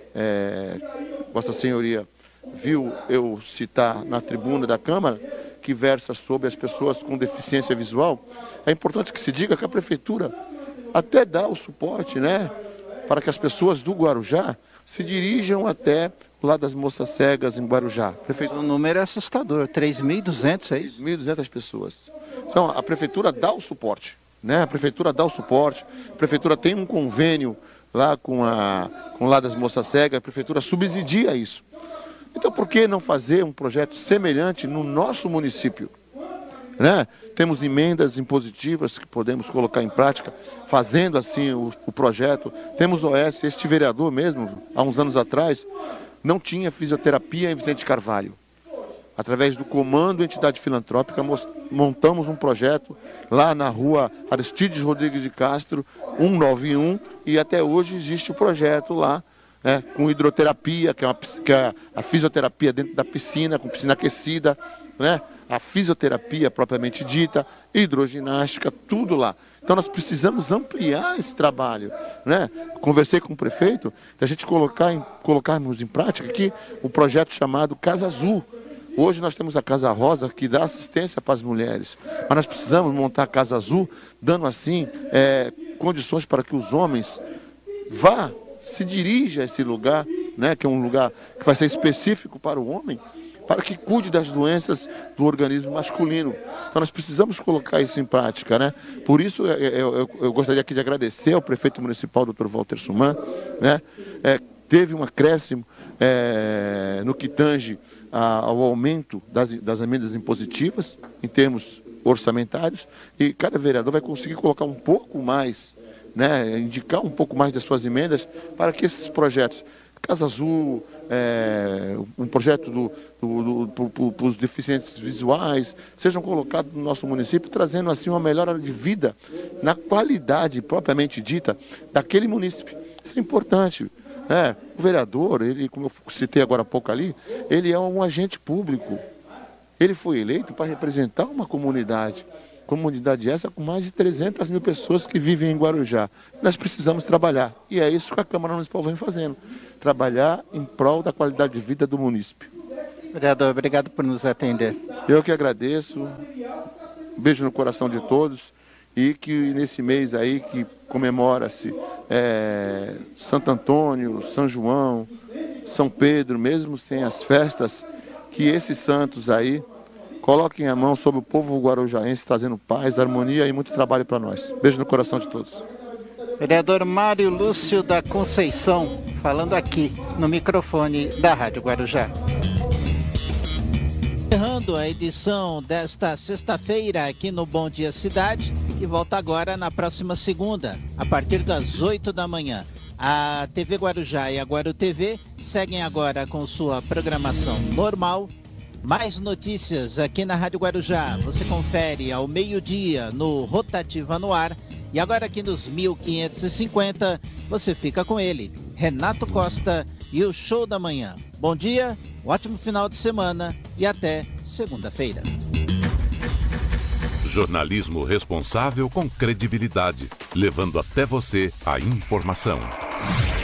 é, Vossa Senhoria, viu eu citar na tribuna da Câmara, que versa sobre as pessoas com deficiência visual, é importante que se diga que a Prefeitura até dá o suporte, né, para que as pessoas do Guarujá se dirijam até o lado das moças cegas em Guarujá. Prefeitura... O número é assustador, três mil e duzentos, é isso? três mil e duzentas pessoas. Então, a Prefeitura dá o suporte, né? A Prefeitura dá o suporte, a Prefeitura tem um convênio lá com, a, com o lado das moças cegas, a Prefeitura subsidia isso. Então, por que não fazer um projeto semelhante no nosso município? Né? Temos emendas impositivas que podemos colocar em prática, fazendo assim o, o projeto. Temos O S, este vereador mesmo, há uns anos atrás, não tinha fisioterapia em Vicente Carvalho. Através do Comando Entidade Filantrópica, montamos um projeto lá na rua Aristides Rodrigues de Castro, cento e noventa e um, e até hoje existe o projeto lá, né, com hidroterapia, que é, uma, que é a fisioterapia dentro da piscina, com piscina aquecida, né? A fisioterapia propriamente dita, hidroginástica, tudo lá. Então nós precisamos ampliar esse trabalho, né? Conversei com o prefeito, da gente colocar em, colocarmos em prática aqui o projeto chamado Casa Azul. Hoje nós temos a Casa Rosa, que dá assistência para as mulheres, mas nós precisamos montar a Casa Azul, dando assim é, condições para que os homens vá, se dirija a esse lugar, né? Que é um lugar que vai ser específico para o homem, para que cuide das doenças do organismo masculino. Então nós precisamos colocar isso em prática, né? Por isso eu, eu, eu gostaria aqui de agradecer ao prefeito municipal, doutor Walter Suman, né? É, teve um acréscimo é, no que tange a, ao aumento das, das emendas impositivas, em termos orçamentários, e cada vereador vai conseguir colocar um pouco mais, né? Indicar um pouco mais das suas emendas para que esses projetos, Casa Azul, é, um projeto do, do, do, do, para os deficientes visuais, sejam colocados no nosso município, trazendo assim uma melhora de vida na qualidade propriamente dita daquele município. Isso é importante, né? O vereador, ele, como eu citei agora há pouco ali, ele é um agente público. Ele foi eleito para representar uma comunidade. Comunidade essa com mais de trezentas mil pessoas que vivem em Guarujá. Nós precisamos trabalhar. E é isso que a Câmara Municipal vem fazendo. Trabalhar em prol da qualidade de vida do município. Vereador, obrigado por nos atender. Eu que agradeço. Um beijo no coração de todos. E que nesse mês aí que comemora-se é, Santo Antônio, São João, São Pedro, mesmo sem as festas, que esses santos aí coloquem a mão sobre o povo guarujaense, trazendo paz, harmonia e muito trabalho para nós. Beijo no coração de todos. Vereador Mário Lúcio da Conceição, falando aqui no microfone da Rádio Guarujá. Encerrando a edição desta sexta-feira aqui no Bom Dia Cidade, que volta agora na próxima segunda, a partir das oito da manhã. A T V Guarujá e a Guaru T V seguem agora com sua programação normal. Mais notícias aqui na Rádio Guarujá. Você confere ao meio-dia no Rotativa no Ar. E agora aqui nos mil quinhentos e cinquenta, você fica com ele, Renato Costa e o Show da Manhã. Bom dia, um ótimo final de semana e até segunda-feira. Jornalismo responsável com credibilidade, levando até você a informação.